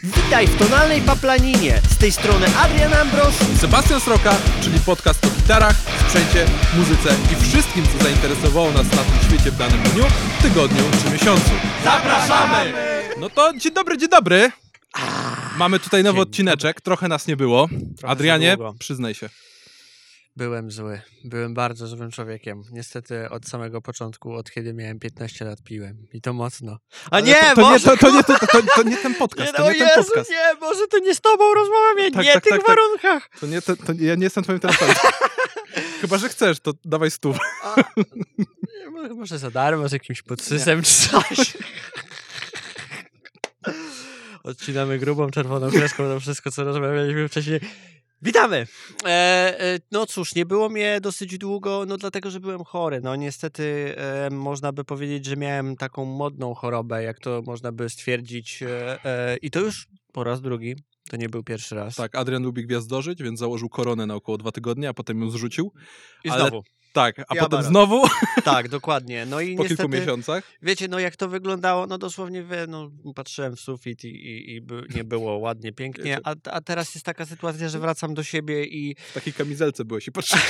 Witaj w Tonalnej Paplaninie. Z tej strony Adrian Ambros i Sebastian Sroka, czyli podcast o gitarach, sprzęcie, muzyce i wszystkim, co zainteresowało nas na tym świecie w danym dniu, tygodniu czy miesiącu. Zapraszamy! No to dzień dobry. Mamy tutaj nowy odcineczek, trochę nas nie było. Adrianie, przyznaj się. Byłem zły. Byłem bardzo złym człowiekiem. Niestety od samego początku, od kiedy miałem 15 lat piłem. I to mocno. To nie ten podcast, to nie ten podcast. Nie, może to nie z tobą rozmawiam, w tych warunkach. Ja nie jestem twoim telefonem. Chyba, że chcesz, to dawaj 100. Może za darmo, z jakimś podsysem czy coś. Odcinamy grubą, czerwoną kreską to wszystko, co rozmawialiśmy wcześniej. Witamy! No cóż, nie było mnie dosyć długo, no dlatego, że byłem chory. No niestety można by powiedzieć, że miałem taką modną chorobę, jak to można by stwierdzić. I to już po raz drugi. To nie był pierwszy raz. Tak, Adrian lubi gwiazdożyć, więc założył koronę na około 2 tygodnie, a potem ją zrzucił. I znowu. Tak, a potem znowu. Tak, dokładnie. No i po niestety, kilku miesiącach. Wiecie, no jak to wyglądało, no dosłownie patrzyłem w sufit i nie było ładnie, pięknie, a teraz jest taka sytuacja, że wracam do siebie i... W takiej kamizelce byłeś i patrzyłem.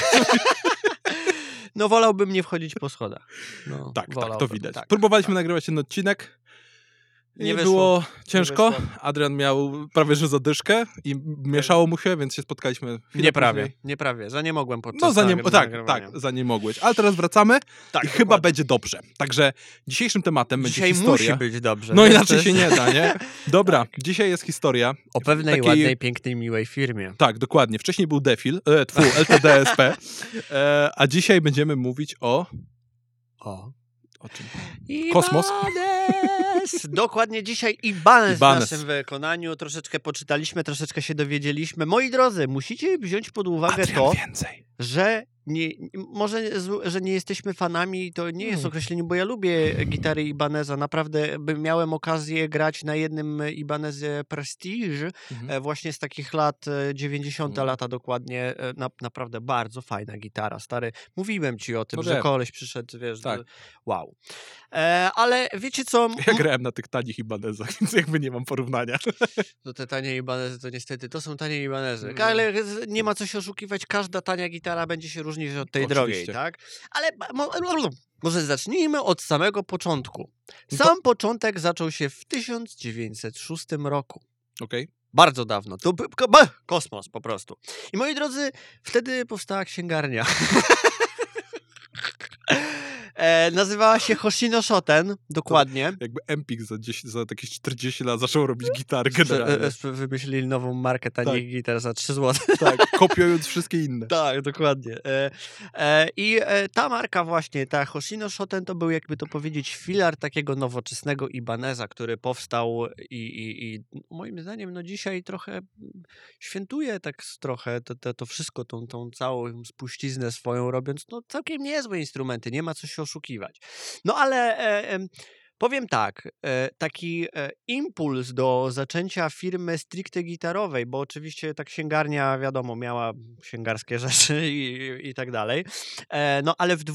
No wolałbym nie wchodzić po schodach. No, tak, to widać. Tak, Próbowaliśmy nagrywać ten odcinek. Nie było ciężko. Adrian miał prawie że zadyszkę i mieszało mu się, więc się spotkaliśmy Nieprawie. Za nie mogłem podczas nagrywania. Za nie mogłeś. Ale teraz wracamy i chyba będzie dobrze. Także dzisiejszym tematem będzie historia. Musi być dobrze. No inaczej się nie da, nie? Dobra, dzisiaj jest historia. O pewnej ładnej, pięknej, miłej firmie. Tak, dokładnie. Wcześniej był Defil, LTDSP, a dzisiaj będziemy mówić o czym? Kosmos. Dokładnie dzisiaj Ibanez w naszym wykonaniu. Troszeczkę poczytaliśmy, troszeczkę się dowiedzieliśmy. Moi drodzy, musicie wziąć pod uwagę że że nie jesteśmy fanami, to nie jest określenie, bo ja lubię gitary Ibaneza. Naprawdę miałem okazję grać na jednym Ibanezie Prestige, właśnie z takich lat 90. lata dokładnie. Naprawdę bardzo fajna gitara, stary. Mówiłem ci o tym, że koleś przyszedł, wiesz, wow. Ale wiecie co? Ja grałem na tych tanich Ibanezach, więc jakby nie mam porównania. To te tanie Ibanezy to niestety, to są tanie Ibanezy. Ale nie ma co się oszukiwać, każda tania gitara będzie się różnić od tej drogiej, tak? Ale może zacznijmy od samego początku. Początek zaczął się w 1906 roku. Okej. Bardzo dawno. To kosmos po prostu. I moi drodzy, wtedy powstała księgarnia. Nazywała się Hoshino Shoten, dokładnie. To jakby Empik za jakieś 40 lat zaczął robić gitary generalnie. Wymyślili nową markę tanich gitar za 3 zł. Tak, kopiując wszystkie inne. Tak, dokładnie. I ta marka właśnie, ta Hoshino Shoten, to był, jakby to powiedzieć, filar takiego nowoczesnego Ibaneza, który powstał i moim zdaniem no dzisiaj trochę świętuje tak trochę to wszystko, tą całą spuściznę swoją robiąc, no całkiem niezłe instrumenty, nie ma co się oszukiwać. No ale powiem tak, taki impuls do zaczęcia firmy stricte gitarowej, bo oczywiście ta księgarnia, wiadomo, miała księgarskie rzeczy i tak dalej, no ale w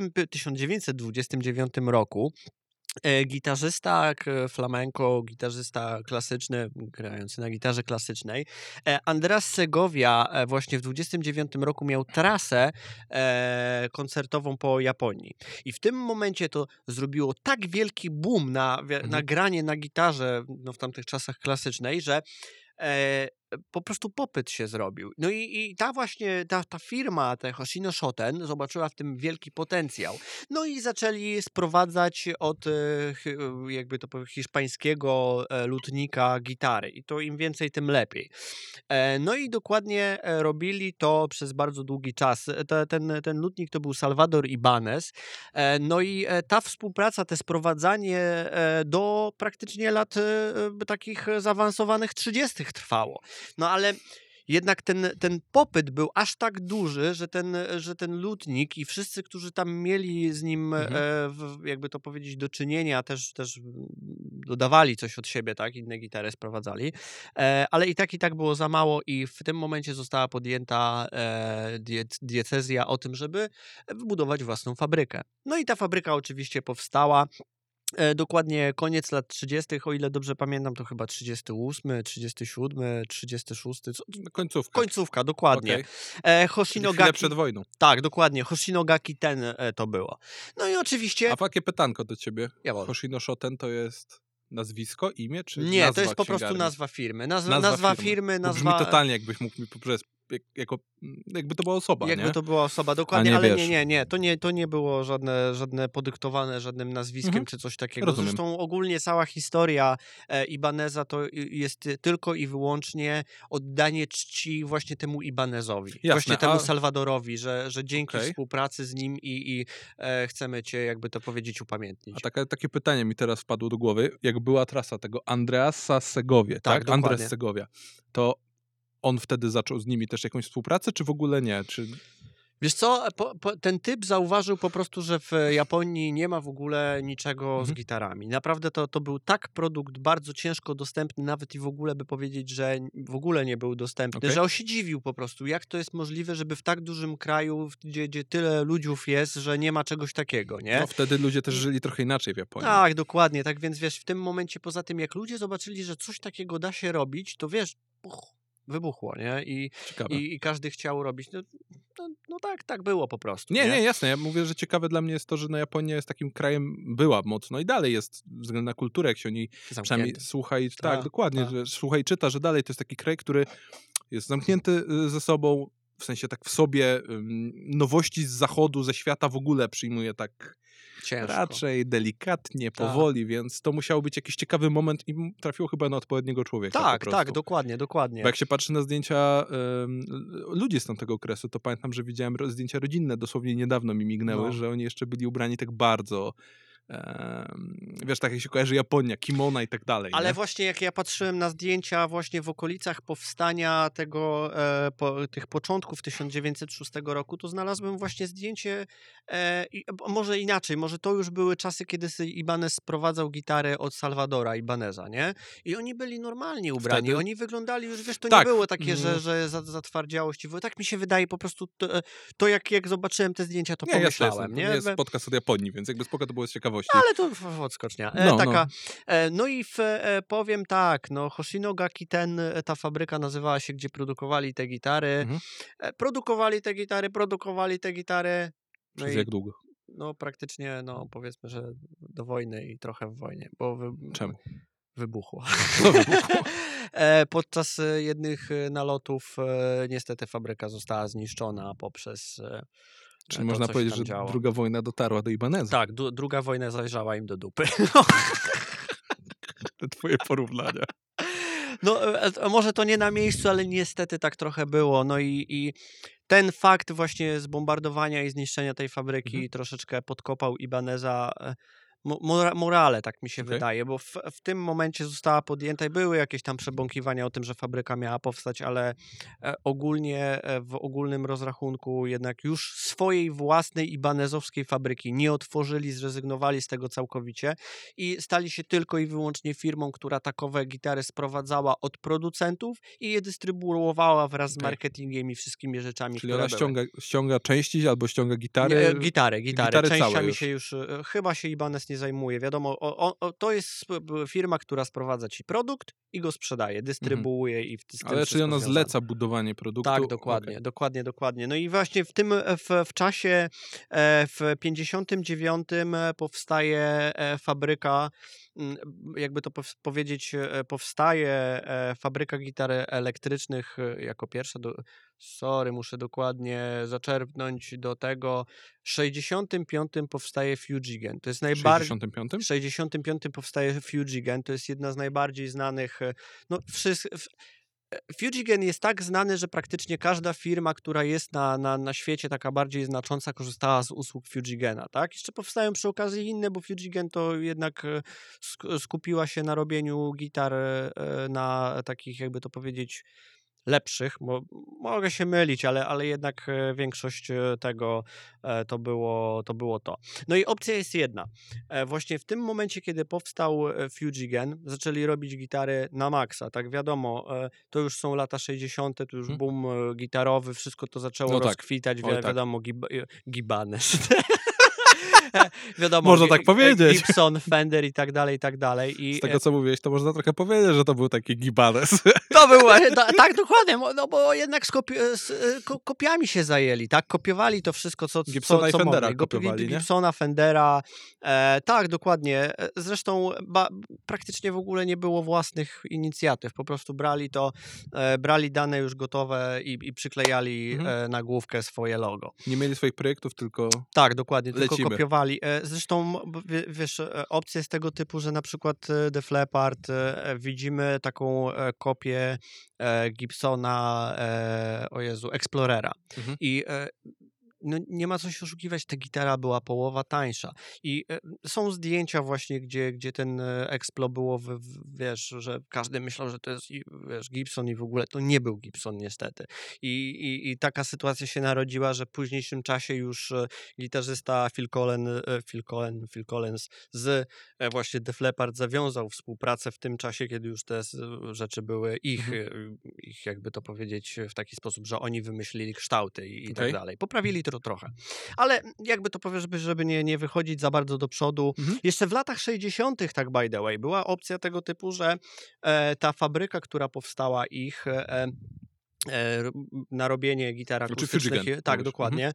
1929 roku gitarzysta flamenco, gitarzysta klasyczny, grający na gitarze klasycznej, Andras Segovia właśnie w 29 roku miał trasę koncertową po Japonii. I w tym momencie to zrobiło tak wielki boom na granie na gitarze w tamtych czasach klasycznej, że po prostu popyt się zrobił. No i ta właśnie, ta firma, ta Hoshino Shoten zobaczyła w tym wielki potencjał. No i zaczęli sprowadzać od jakby to powiedzieć hiszpańskiego lutnika gitary. I to im więcej, tym lepiej. No i dokładnie robili to przez bardzo długi czas. Ten lutnik to był Salvador Ibanez. No i ta współpraca, te sprowadzanie do praktycznie lat takich zaawansowanych 30. trwało. No ale jednak ten popyt był aż tak duży, że ten lutnik i wszyscy, którzy tam mieli z nim jakby to powiedzieć do czynienia, też dodawali coś od siebie, tak, inne gitary sprowadzali, ale i tak było za mało i w tym momencie została podjęta decyzja o tym, żeby wybudować własną fabrykę. No i ta fabryka oczywiście powstała. Dokładnie koniec lat 30., o ile dobrze pamiętam, to chyba 38, 37, 36, Końcówka. końcówka, dokładnie. Okej. Czyli Hoshino chwilę Gaki, przed wojną. tak, dokładnie, Hoshino Gaki ten to było. No i oczywiście, A takie pytanko do ciebie. Jawohl. Hoshino Shoten to jest nazwisko, imię, czy nie, nazwa to jest po prostu księgarni? nazwa firmy. Nazwa firmy, Bo brzmi nazwa... totalnie, jakbyś mógł mi jakby to była osoba, Jakby nie? to była osoba, dokładnie, nie ale wiesz. nie, to nie było żadne podyktowane żadnym nazwiskiem czy coś takiego. Rozumiem. Zresztą ogólnie cała historia Ibaneza to jest tylko i wyłącznie oddanie czci właśnie temu Ibanezowi, Jasne, właśnie temu a- Salvadorowi, że dzięki Okej. współpracy z nim i chcemy cię, jakby to powiedzieć, upamiętnić. A takie pytanie mi teraz wpadło do głowy. Jak była trasa tego Andreasa Segovia, tak? dokładnie. Andres Segovia. To on wtedy zaczął z nimi też jakąś współpracę, czy w ogóle nie? Czy... Wiesz co, ten typ zauważył po prostu, że w Japonii nie ma w ogóle niczego z gitarami. Naprawdę to był tak produkt bardzo ciężko dostępny, nawet i w ogóle by powiedzieć, że w ogóle nie był dostępny, Okej. że on się dziwił po prostu, jak to jest możliwe, żeby w tak dużym kraju, gdzie tyle ludziów jest, że nie ma czegoś takiego, nie? No wtedy ludzie też żyli trochę inaczej w Japonii. Tak, dokładnie, tak więc wiesz, w tym momencie poza tym, jak ludzie zobaczyli, że coś takiego da się robić, to wiesz, wybuchło, nie? Ciekawe. I każdy chciał robić. No tak było po prostu. Nie, jasne. Ja mówię, że ciekawe dla mnie jest to, że Japonia jest takim krajem, była mocno i dalej jest, ze względu na kulturę, jak się o niej przynajmniej Zamknięty. słucha i Ta, dokładnie, ta. że słucha i czyta, że dalej to jest taki kraj, który jest zamknięty ze sobą, w sensie tak w sobie nowości z zachodu, ze świata w ogóle przyjmuje tak Ciężko. raczej delikatnie, powoli, więc to musiał być jakiś ciekawy moment i trafiło chyba na odpowiedniego człowieka po prostu. Tak, dokładnie. Bo jak się patrzy na zdjęcia ludzi z tamtego okresu, to pamiętam, że widziałem zdjęcia rodzinne, dosłownie niedawno mi mignęły, No. że oni jeszcze byli ubrani tak bardzo, wiesz, tak jak się kojarzy Japonia, kimona i tak dalej. Ale nie? właśnie jak ja patrzyłem na zdjęcia właśnie w okolicach powstania tych początków 1906 roku, to znalazłem właśnie zdjęcie, może inaczej, może to już były czasy, kiedy Ibanez sprowadzał gitarę od Salvadora Ibaneza, nie? I oni byli normalnie ubrani, Wtedy- oni wyglądali już, wiesz, to Tak. nie było takie, że zatwardziałości, bo tak mi się wydaje, po prostu to jak zobaczyłem te zdjęcia, to Nie, jasne, pomyślałem, to nie? nie jest podcast od Japonii, więc jakby spoko to było z ciekawości. Ale to odskocznia. No, Taka. No i powiem tak, no Hoshino Gaki ta fabryka nazywała się, gdzie produkowali te gitary. Mhm. Produkowali te gitary. No Przez i jak długo? no praktycznie, no powiedzmy, że do wojny i trochę w wojnie, bo Czemu? wybuchło. Co wybuchło? Podczas jednych nalotów niestety fabryka została zniszczona poprzez Czy to, można co się powiedzieć, tam że działo. druga wojna dotarła do Ibaneza? Tak, druga wojna zajrzała im do dupy. Te twoje porównania. No, może to nie na miejscu, ale niestety tak trochę było. No i ten fakt właśnie zbombardowania i zniszczenia tej fabryki troszeczkę podkopał Ibaneza morale, tak mi się Okej. wydaje, bo w tym momencie została podjęta i były jakieś tam przebąkiwania o tym, że fabryka miała powstać, ale ogólnie w ogólnym rozrachunku jednak już swojej własnej ibanezowskiej fabryki nie otworzyli, zrezygnowali z tego całkowicie i stali się tylko i wyłącznie firmą, która takowe gitary sprowadzała od producentów i je dystrybuowała wraz z Okej. marketingiem i wszystkimi rzeczami, Czyli które ona były. ściąga części albo ściąga gitary. Nie, gitary. Gitary całe Częściami już. się już, chyba się Ibanez nie zajmuje. Wiadomo, to jest firma, która sprowadza ci produkt i go sprzedaje, dystrybuuje i z tym Ale czyli wszystko ona związane. zleca budowanie produktu. Tak, dokładnie. No i właśnie w czasie, w 59 powstaje fabryka, jakby to powiedzieć, powstaje fabryka gitar elektrycznych jako pierwsza. Muszę dokładnie zaczerpnąć do tego. W 65 powstaje Fujigen. To jest W najbardziej... 65? W 65 powstaje Fujigen. To jest jedna z najbardziej znanych... No, Fujigen jest tak znany, że praktycznie każda firma, która jest na świecie taka bardziej znacząca, korzystała z usług Fujigena, tak? Jeszcze powstają przy okazji inne, bo Fujigen to jednak skupiła się na robieniu gitar na takich, jakby to powiedzieć, lepszych, bo mogę się mylić, ale jednak większość tego to było to. No i opcja jest jedna. Właśnie w tym momencie, kiedy powstał Fujigen, zaczęli robić gitary na maksa, tak wiadomo, to już są lata 60., to już boom gitarowy, wszystko to zaczęło No tak. rozkwitać, Oj, tak. wiadomo, Gibanez. Wiadomo, Można tak powiedzieć. Gibson, Fender i tak dalej, i tak dalej. I Z tego, co mówiłeś, to można trochę powiedzieć, że to był taki Gibanes. to było, tak dokładnie, no bo jednak kopiami się zajęli, tak? Kopiowali to wszystko, co Gibsona i co Fendera mogli. kopiowali, nie? Gibsona, Fendera, tak, dokładnie. Zresztą praktycznie w ogóle nie było własnych inicjatyw, po prostu brali dane już gotowe i przyklejali na główkę swoje logo. Nie mieli swoich projektów, tylko Tak, dokładnie, tylko lecimy. kopiowali. Zresztą, wiesz, opcje z tego typu, że na przykład Def Leppard, widzimy taką kopię Gibsona, o Jezu, Explorera. Mhm. I no, nie ma co się oszukiwać, ta gitara była połowa tańsza. I są zdjęcia właśnie, gdzie ten Explo było, wiesz, że każdy myślał, że to jest, wiesz, Gibson i w ogóle to nie był Gibson niestety. I taka sytuacja się narodziła, że w późniejszym czasie już gitarzysta Phil Collins z właśnie Def Leppard zawiązał współpracę w tym czasie, kiedy już te rzeczy były ich jakby to powiedzieć w taki sposób, że oni wymyślili kształty i tak dalej. Poprawili to trochę. Ale jakby to powiedzieć, żeby nie wychodzić za bardzo do przodu. Jeszcze w latach 60. tak by the way, była opcja tego typu, że ta fabryka, która powstała ich na robienie gitar akustycznych. Fujigen, Tak, mówisz. dokładnie.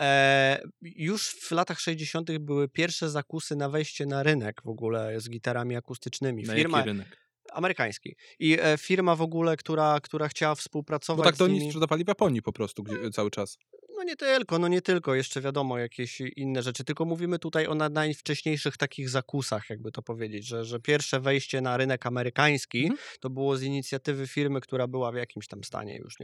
Już w latach 60. były pierwsze zakusy na wejście na rynek w ogóle z gitarami akustycznymi. Na jaki rynek? Amerykański. I firma w ogóle, która chciała współpracować Bo tak to z oni nimi... sprzedawali w Japonii po prostu cały czas. No nie tylko, jeszcze wiadomo, jakieś inne rzeczy, tylko mówimy tutaj o najwcześniejszych takich zakusach, jakby to powiedzieć, że pierwsze wejście na rynek amerykański to było z inicjatywy firmy, która była w jakimś tam stanie, już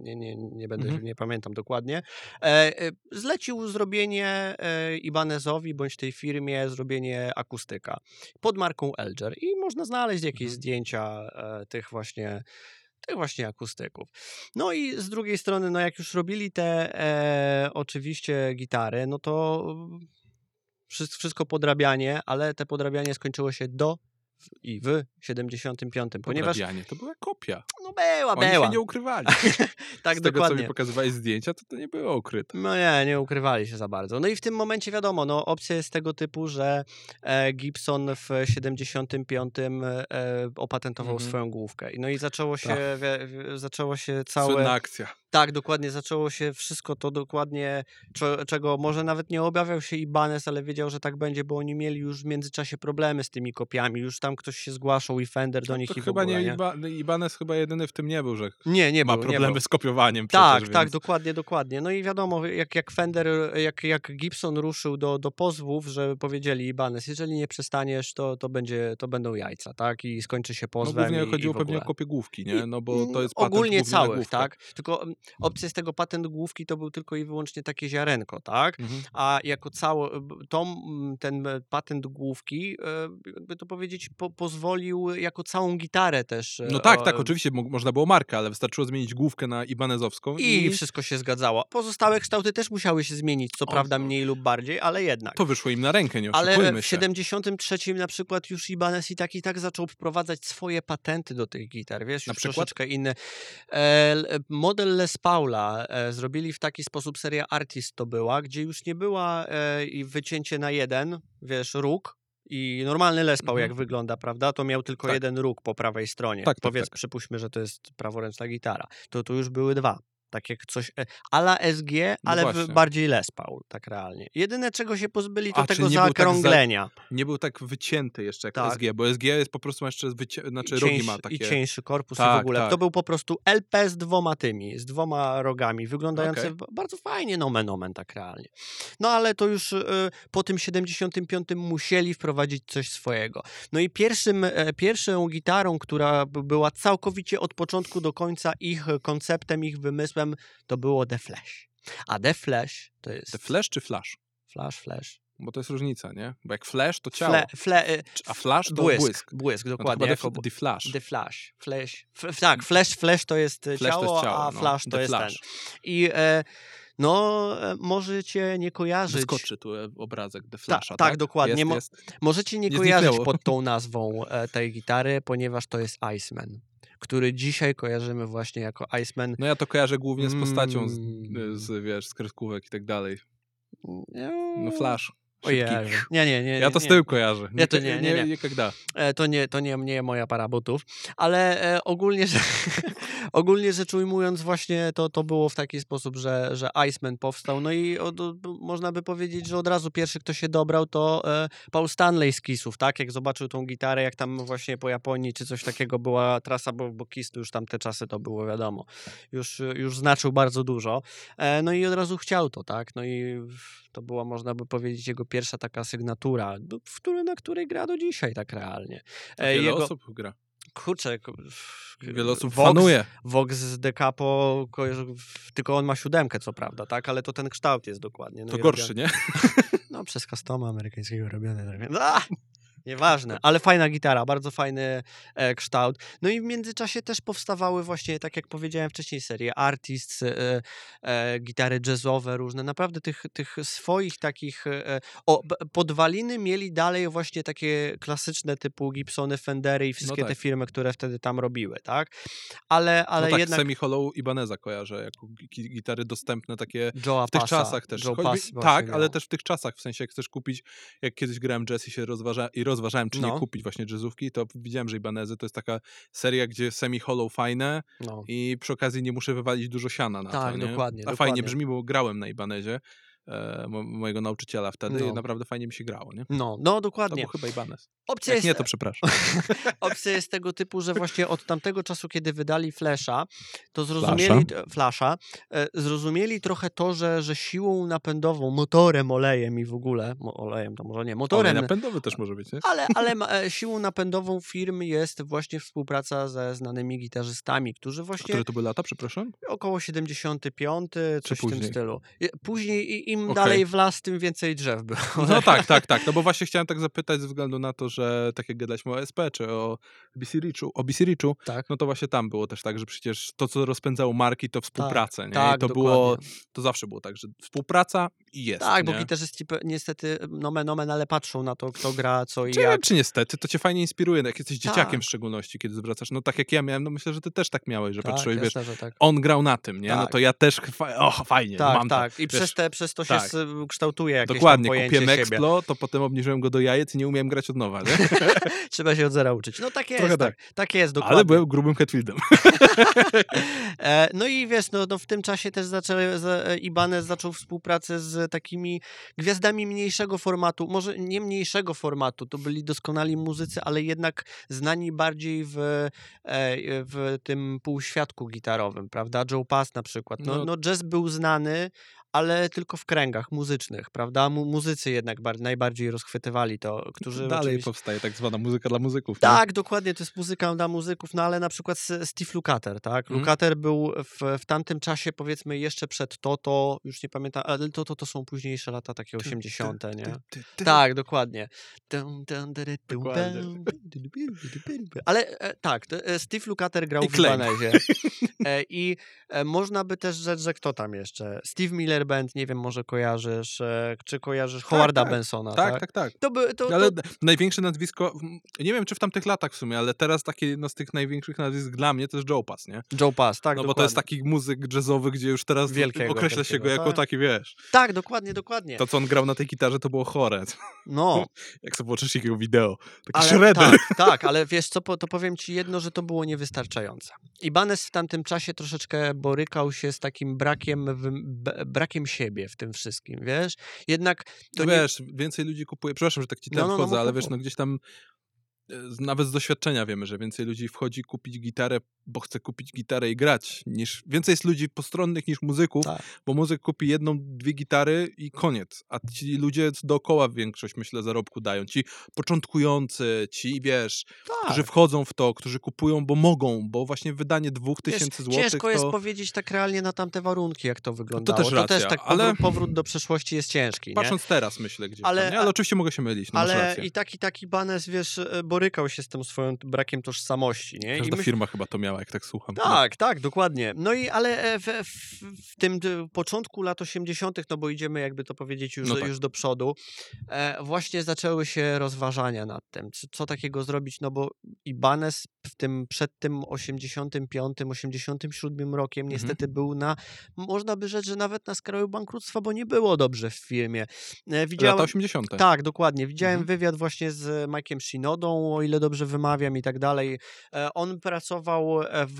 nie pamiętam dokładnie, zlecił zrobienie Ibanezowi bądź tej firmie zrobienie akustyka pod marką Elger i można znaleźć jakieś zdjęcia tych właśnie akustyków. No i z drugiej strony, no jak już robili te oczywiście gitary, no to wszystko podrabianie, ale te podrabianie skończyło się w 75. Ponieważ Podrabianie, to była kopia. no Oni była. się nie ukrywali. Tak, Z tego, co dokładnie. mi pokazywałeś zdjęcia, to nie było ukryte. No nie ukrywali się za bardzo. No i w tym momencie wiadomo, no opcja jest tego typu, że Gibson w 75 opatentował swoją główkę. No i zaczęło się całe... Słynna akcja. Tak, dokładnie, zaczęło się wszystko to dokładnie, czego może nawet nie obawiał się Ibanez, ale wiedział, że tak będzie, bo oni mieli już w międzyczasie problemy z tymi kopiami, już tam ktoś się zgłaszał i Fender do nich To i w chyba ogóle, nie. Ibanez chyba jedyny w tym nie był, że nie ma był, problemy z kopiowaniem tak, przecież, tak, więc... dokładnie. No i wiadomo, jak Fender, jak Gibson ruszył do pozwów, że powiedzieli Ibanez, jeżeli nie przestaniesz, to będą jajca, tak? I skończy się No pozwem głównie chodziło i w pewnie o ogóle. kopię główki, nie? No bo to jest patent ogólnie głównie na całych, główkę. tak? Tylko opcja z tego patent główki to był tylko i wyłącznie takie ziarenko, tak? A jako ten patent główki, jakby to powiedzieć, pozwolił jako całą gitarę też. No tak, oczywiście można było markę, ale wystarczyło zmienić główkę na ibanezowską I wszystko się zgadzało. Pozostałe kształty też musiały się zmienić, co prawda mniej lub bardziej, ale jednak. To wyszło im na rękę, nie Ale oszukujmy w się. 73 na przykład już Ibanez i tak zaczął wprowadzać swoje patenty do tych gitar, wiesz, Na już przykład? troszeczkę inne. Model Les Paula zrobili w taki sposób, seria Artist to była, gdzie już nie była i wycięcie na jeden, wiesz, róg, i normalny Les Paul jak wygląda, prawda, to miał tylko jeden róg po prawej stronie. Tak, Przypuśćmy, że to jest praworęczna gitara. To tu już były dwa. Tak jak coś a la SG, ale właśnie. bardziej Les Paul, tak realnie. Jedyne, czego się pozbyli, to A, tego czyli nie był tak zaokrąglenia. Nie był tak wycięty jeszcze jak Tak. SG, bo SG jest po prostu jeszcze rogi ma takie. I cieńszy korpus i Tak, w ogóle. tak. To był po prostu LP z dwoma rogami, wyglądający bardzo fajnie, nomen omen, tak realnie. No ale to już po tym 75 musieli wprowadzić coś swojego. No i pierwszą gitarą, która była całkowicie od początku do końca ich konceptem, ich wymysłem, to było The Flash. A The Flash to jest... The Flash czy Flash? Flash. Bo to jest różnica, nie? Bo jak Flash to ciało, a Flash to błysk. Błysk, No dokładnie. to chyba The Flash. The Flash. Flash to jest ciało, a Flash to jest ten. I możecie nie kojarzyć... Wyskoczy tu obrazek The Flasha, tak, dokładnie. Jest. Możecie nie kojarzyć pod tą nazwą tej gitary, ponieważ to jest Iceman, który dzisiaj kojarzymy właśnie jako Iceman. No ja to kojarzę głównie z postacią z kreskówek i tak dalej. No Flash. Ojej. szybkich. Nie. Ja to z nie. tyłu kojarzę. Nie, to nie. Nie когда. To nie moja para butów, ale ogólnie, ogólnie rzecz ujmując właśnie to było w taki sposób, że Iceman powstał, no i można by powiedzieć, że od razu pierwszy, kto się dobrał, to Paul Stanley z Kissów, tak? Jak zobaczył tą gitarę, jak tam właśnie po Japonii czy coś takiego była trasa, bo Kiss to już tamte czasy to było wiadomo, już znaczył bardzo dużo, no i od razu chciał to, tak? No i to była, można by powiedzieć, jego pierwsza taka sygnatura, na której gra do dzisiaj tak realnie. Wiele osób gra. Kurczę, Wiele osób Vox, fanuje. Vox z De Capo, tylko on ma 7, co prawda, tak? Ale to ten kształt jest dokładnie. No To i gorszy, nie? No, przez customa amerykańskiego robione. Tak więc, nieważne, ale fajna gitara, bardzo fajny kształt. No i w międzyczasie też powstawały właśnie, tak jak powiedziałem wcześniej, serie Artists, gitary jazzowe różne. Naprawdę tych swoich takich podwaliny mieli dalej właśnie takie klasyczne typu Gibsony, Fendery i wszystkie No tak. te firmy, które wtedy tam robiły, tak? Ale No tak, jednak Semi-Hollow Ibaneza kojarzę jako gitary dostępne takie Joe'a w tych Passa, czasach też. Joe Choćby- Pass właśnie tak, ale miał. też w tych czasach, w sensie jak chcesz kupić, jak kiedyś grałem jazz i się rozważałem, czy nie No. kupić właśnie jazzówki, to widziałem, że Ibanezy to jest taka seria, gdzie semi-hollow fajne No. i przy okazji nie muszę wywalić dużo siana na Tak, to, nie? dokładnie, A dokładnie. fajnie brzmi, bo grałem na Ibanezie mojego nauczyciela wtedy No. i naprawdę fajnie mi się grało, nie? No, To dokładnie. był chyba Ibanez. Opcja Jak jest, nie, to przepraszam. opcja jest tego typu, że właśnie od tamtego czasu, kiedy wydali Flasha, to zrozumieli zrozumieli trochę to, że siłą napędową, motorem, olejem i w ogóle, olejem to może nie, Olej motorem, napędowy też może być, nie? ale siłą napędową firmy jest właśnie współpraca ze znanymi gitarzystami, którzy właśnie Które to były lata, przepraszam? około 75, coś w tym później? stylu. Później im Okej. dalej w las, tym więcej drzew było. No tak. No bo właśnie chciałem tak zapytać ze względu na to, że tak jak gadaliśmy o SP czy o BC Richu, Tak. no to właśnie tam było też tak, że przecież to, co rozpędzało marki, to współpraca, nie? tak, I to dokładnie. było, to zawsze było tak, że współpraca i jest, Tak, bo nie? gitarzyści niestety nomen omen, ale patrzą na to, kto gra, co i Czy, nie wiem, jak. czy niestety, to cię fajnie inspiruje, jak jesteś dzieciakiem Tak. w szczególności, kiedy zwracasz, no tak jak ja miałem, no myślę, że ty też tak miałeś, że Tak, patrzyłeś, wiesz, jasne, że tak. on grał na tym, nie? No Tak. to ja też, fajnie, Tak, mam tak. to. I wiesz, przez to się tak. kształtuje jakieś Dokładnie, tam pojęcie kupiłem siebie. Explo, to potem obniżyłem go do jajec i nie umiałem grać od nowa, nie? Trzeba się od zera uczyć. No tak jest, Trochę tak jest, dokładnie. Ale byłem grubym Hetfieldem. No i wiesz, no w tym czasie też Ibanez zaczął współpracę z takimi gwiazdami mniejszego formatu, może nie mniejszego formatu, to byli doskonali muzycy, ale jednak znani bardziej w tym półświadku gitarowym, prawda? Joe Pass na przykład. No jazz był znany, ale tylko w kręgach muzycznych, prawda? Muzycy jednak najbardziej rozchwytywali to, którzy Dalej oczywiście... powstaje tak zwana muzyka dla muzyków. Tak, dokładnie, to jest muzyka dla muzyków, no ale na przykład Steve Lukather, tak? Lukather był w tamtym czasie, powiedzmy, jeszcze przed Toto, już nie pamiętam, ale to są późniejsze lata, takie 80., nie? Tak, dokładnie. Dokładnie. Ale tak, Steve Lukather grał I w Klein. Ibanezie. I można by też rzec, że kto tam jeszcze? Steve Miller Band, nie wiem, może kojarzysz, czy kojarzysz Howarda tak. Bensona, Tak. To Ale największe nazwisko, nie wiem czy w tamtych latach w sumie, ale teraz takie jedno z tych największych nazwisk dla mnie to jest Joe Pass, nie? Joe Pass, tak, No bo dokładnie. to jest taki muzyk jazzowy, gdzie już teraz Wielkiego, określa się go jako tak. taki, wiesz. Tak, dokładnie. To, co on grał na tej gitarze, to było chore. No, Jak sobie zobaczysz jego wideo. Taki ale shredder. tak, ale wiesz co, to powiem ci jedno, że to było niewystarczające. Ibanez w tamtym czasie troszeczkę borykał się z takim brakiem siebie w tym wszystkim, wiesz? Jednak to No nie... wiesz, więcej ludzi kupuje, przepraszam, że tak ci tam No, wchodzę, ale mów. wiesz, no gdzieś tam nawet z doświadczenia wiemy, że więcej ludzi wchodzi kupić gitarę, bo chce kupić gitarę i grać. Więcej jest ludzi postronnych niż muzyków, Tak. bo muzyk kupi jedną, dwie gitary i koniec. A ci ludzie dookoła większość, myślę, zarobku dają. Ci początkujący, ci, wiesz, którzy wchodzą w to, którzy kupują, bo mogą, bo właśnie wydanie 2000 złotych Ciężko jest powiedzieć tak realnie na tamte warunki, jak to wyglądało. też racja, tak ale- powrót do przeszłości jest ciężki, nie? Patrząc teraz, myślę gdzieś Ale- tam, nie? Ale oczywiście mogę się mylić, no masz Ale rację. i taki Ibanez, wiesz, borykał się z tym swoim brakiem tożsamości, nie? Każda firma chyba to miała, jak tak słucham. Tak, dokładnie. No i ale w tym początku lat 80., no bo idziemy, jakby to powiedzieć, już do przodu, właśnie zaczęły się rozważania nad tym, co takiego zrobić, no bo Ibanez przed tym 85, 87 rokiem niestety był można by rzec, że nawet na skraju bankructwa, bo nie było dobrze w firmie. Lata 80. Tak, dokładnie. Widziałem wywiad właśnie z Mike'iem Shinodą, o ile dobrze wymawiam i tak dalej. On pracował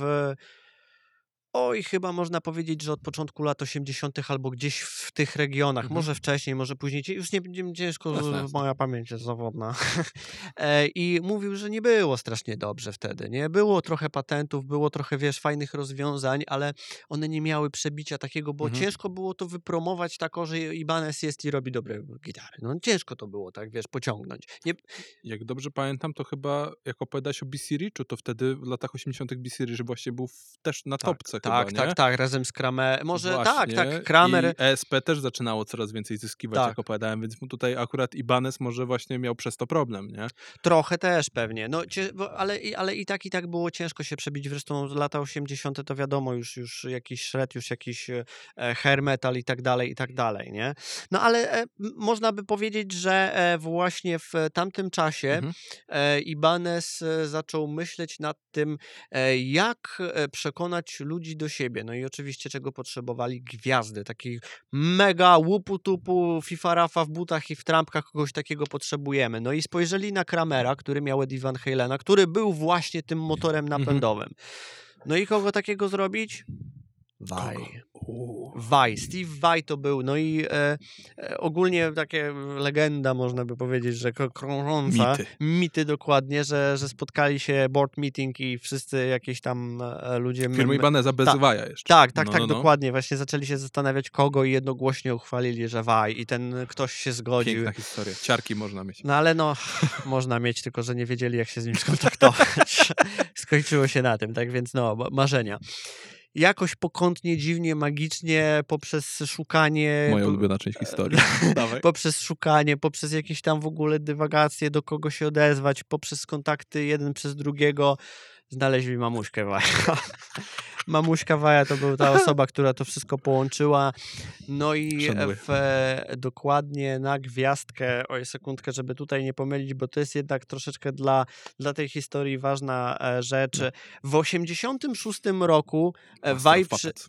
chyba można powiedzieć, że od początku lat 80. albo gdzieś w tych regionach, może wcześniej, może później, już nie będzie ciężko, Jasne. moja pamięć jest zawodna. I mówił, że nie było strasznie dobrze wtedy, nie? Było trochę patentów, było trochę, fajnych rozwiązań, ale one nie miały przebicia takiego, bo ciężko było to wypromować tak, że Ibanez jest i robi dobre gitary. No ciężko to było, tak, pociągnąć. Jak dobrze pamiętam, to chyba, jak opowiadałeś o BC Richu, to wtedy w latach 80. BC Rich właśnie był też na topce chyba, nie? Tak, razem z Kramer. Może Właśnie. tak, Kramer. I ESP też zaczynało coraz więcej zyskiwać, jak opowiadałem, więc tutaj akurat Ibanez może właśnie miał przez to problem, nie? Trochę też pewnie. No, ale i tak było ciężko się przebić. Zresztą lata 80. to wiadomo, już jakiś shred, już jakiś hair metal i tak dalej, nie? No ale można by powiedzieć, że właśnie w tamtym czasie Ibanez zaczął myśleć nad tym, jak przekonać ludzi do siebie. No i oczywiście czego potrzebowali? Gwiazdy, takich mega łupu-tupu, fifarafa w butach i w trampkach, kogoś takiego potrzebujemy. No i spojrzeli na Kramera, który miał Eddie Van Halena, który był właśnie tym motorem napędowym. No i kogo takiego zrobić? Vai. Steve Vai to był, no i ogólnie takie legenda, można by powiedzieć, że krążąca. Mity dokładnie, że spotkali się board meeting i wszyscy jakieś tam ludzie... Firmy Ibaneza bez Vaja jeszcze. Tak, dokładnie. Właśnie zaczęli się zastanawiać, kogo i jednogłośnie uchwalili, że Vai i ten ktoś się zgodził. Piękna historia. Ciarki można mieć. No ale można mieć, tylko że nie wiedzieli, jak się z nim skontaktować. Skończyło się na tym, tak więc marzenia. Jakoś pokątnie, dziwnie, magicznie, poprzez szukanie... Moja ulubiona część historii. Poprzez szukanie, poprzez jakieś tam w ogóle dywagacje, do kogo się odezwać, poprzez kontakty jeden przez drugiego, znaleźli mamuśkę Vaja. Mamuśka Vaja to była ta osoba, która to wszystko połączyła. No i dokładnie na gwiazdkę, sekundkę, żeby tutaj nie pomylić, bo to jest jednak troszeczkę dla tej historii ważna rzecz. W 86 roku Vai...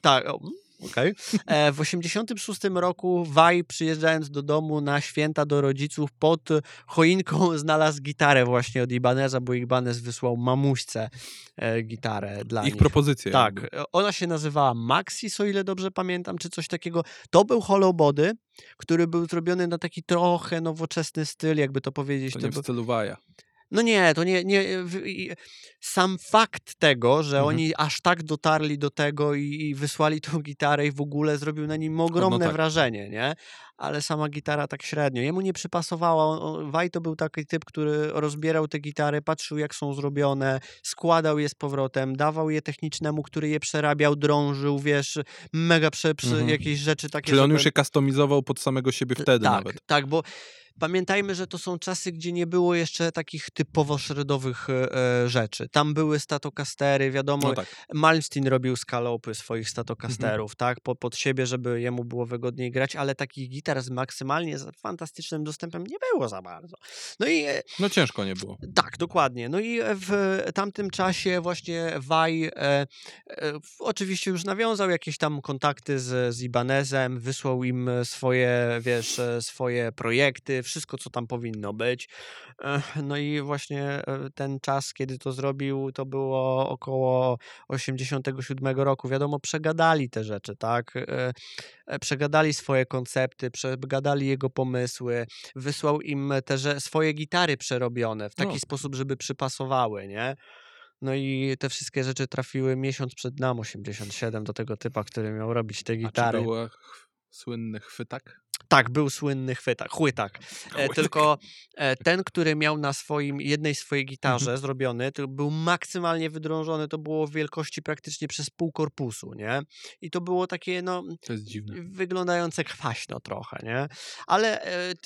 W 86 roku Vai, przyjeżdżając do domu na święta do rodziców, pod choinką znalazł gitarę właśnie od Ibaneza, bo Ibanez wysłał mamuśce gitarę dla nich. Ich propozycję. Tak. Ona się nazywała Maxis, o ile dobrze pamiętam, czy coś takiego. To był hollow body, który był zrobiony na taki trochę nowoczesny styl, jakby to powiedzieć. To nie w stylu Vaja. No nie, to nie. Sam fakt tego, że oni aż tak dotarli do tego i wysłali tą gitarę i w ogóle zrobił na nim ogromne wrażenie, nie? Ale sama gitara tak średnio. Jemu nie przypasowała. Vai to był taki typ, który rozbierał te gitary, patrzył jak są zrobione, składał je z powrotem, dawał je technicznemu, który je przerabiał, drążył, mega jakieś rzeczy takie. Czyli on już je kustomizował pod samego siebie wtedy nawet. Tak, bo pamiętajmy, że to są czasy, gdzie nie było jeszcze takich typowo shredowych rzeczy. Tam były statokastery, wiadomo, Malmsteen robił skalopy swoich statokasterów, tak, pod siebie, żeby jemu było wygodniej grać, ale takich gitar z maksymalnie fantastycznym dostępem nie było za bardzo. No ciężko nie było. Tak, dokładnie. No i w tamtym czasie właśnie Vai oczywiście już nawiązał jakieś tam kontakty z Ibanezem, wysłał im swoje projekty, wszystko, co tam powinno być. No i właśnie ten czas, kiedy to zrobił, to było około 87 roku. Wiadomo, przegadali te rzeczy, tak? Przegadali swoje koncepty, przegadali jego pomysły, wysłał im swoje gitary przerobione w taki sposób, żeby przypasowały, nie? No i te wszystkie rzeczy trafiły miesiąc przed NAMM 87 do tego typa, który miał robić te gitary. A czy był słynny chwytak? Tak, był słynny chłytak. Tylko ten, który miał na jednej swojej gitarze zrobiony, to był maksymalnie wydrążony, to było wielkości praktycznie przez pół korpusu, nie? I to było takie, no, To jest dziwne. wyglądające kwaśno trochę, nie? Ale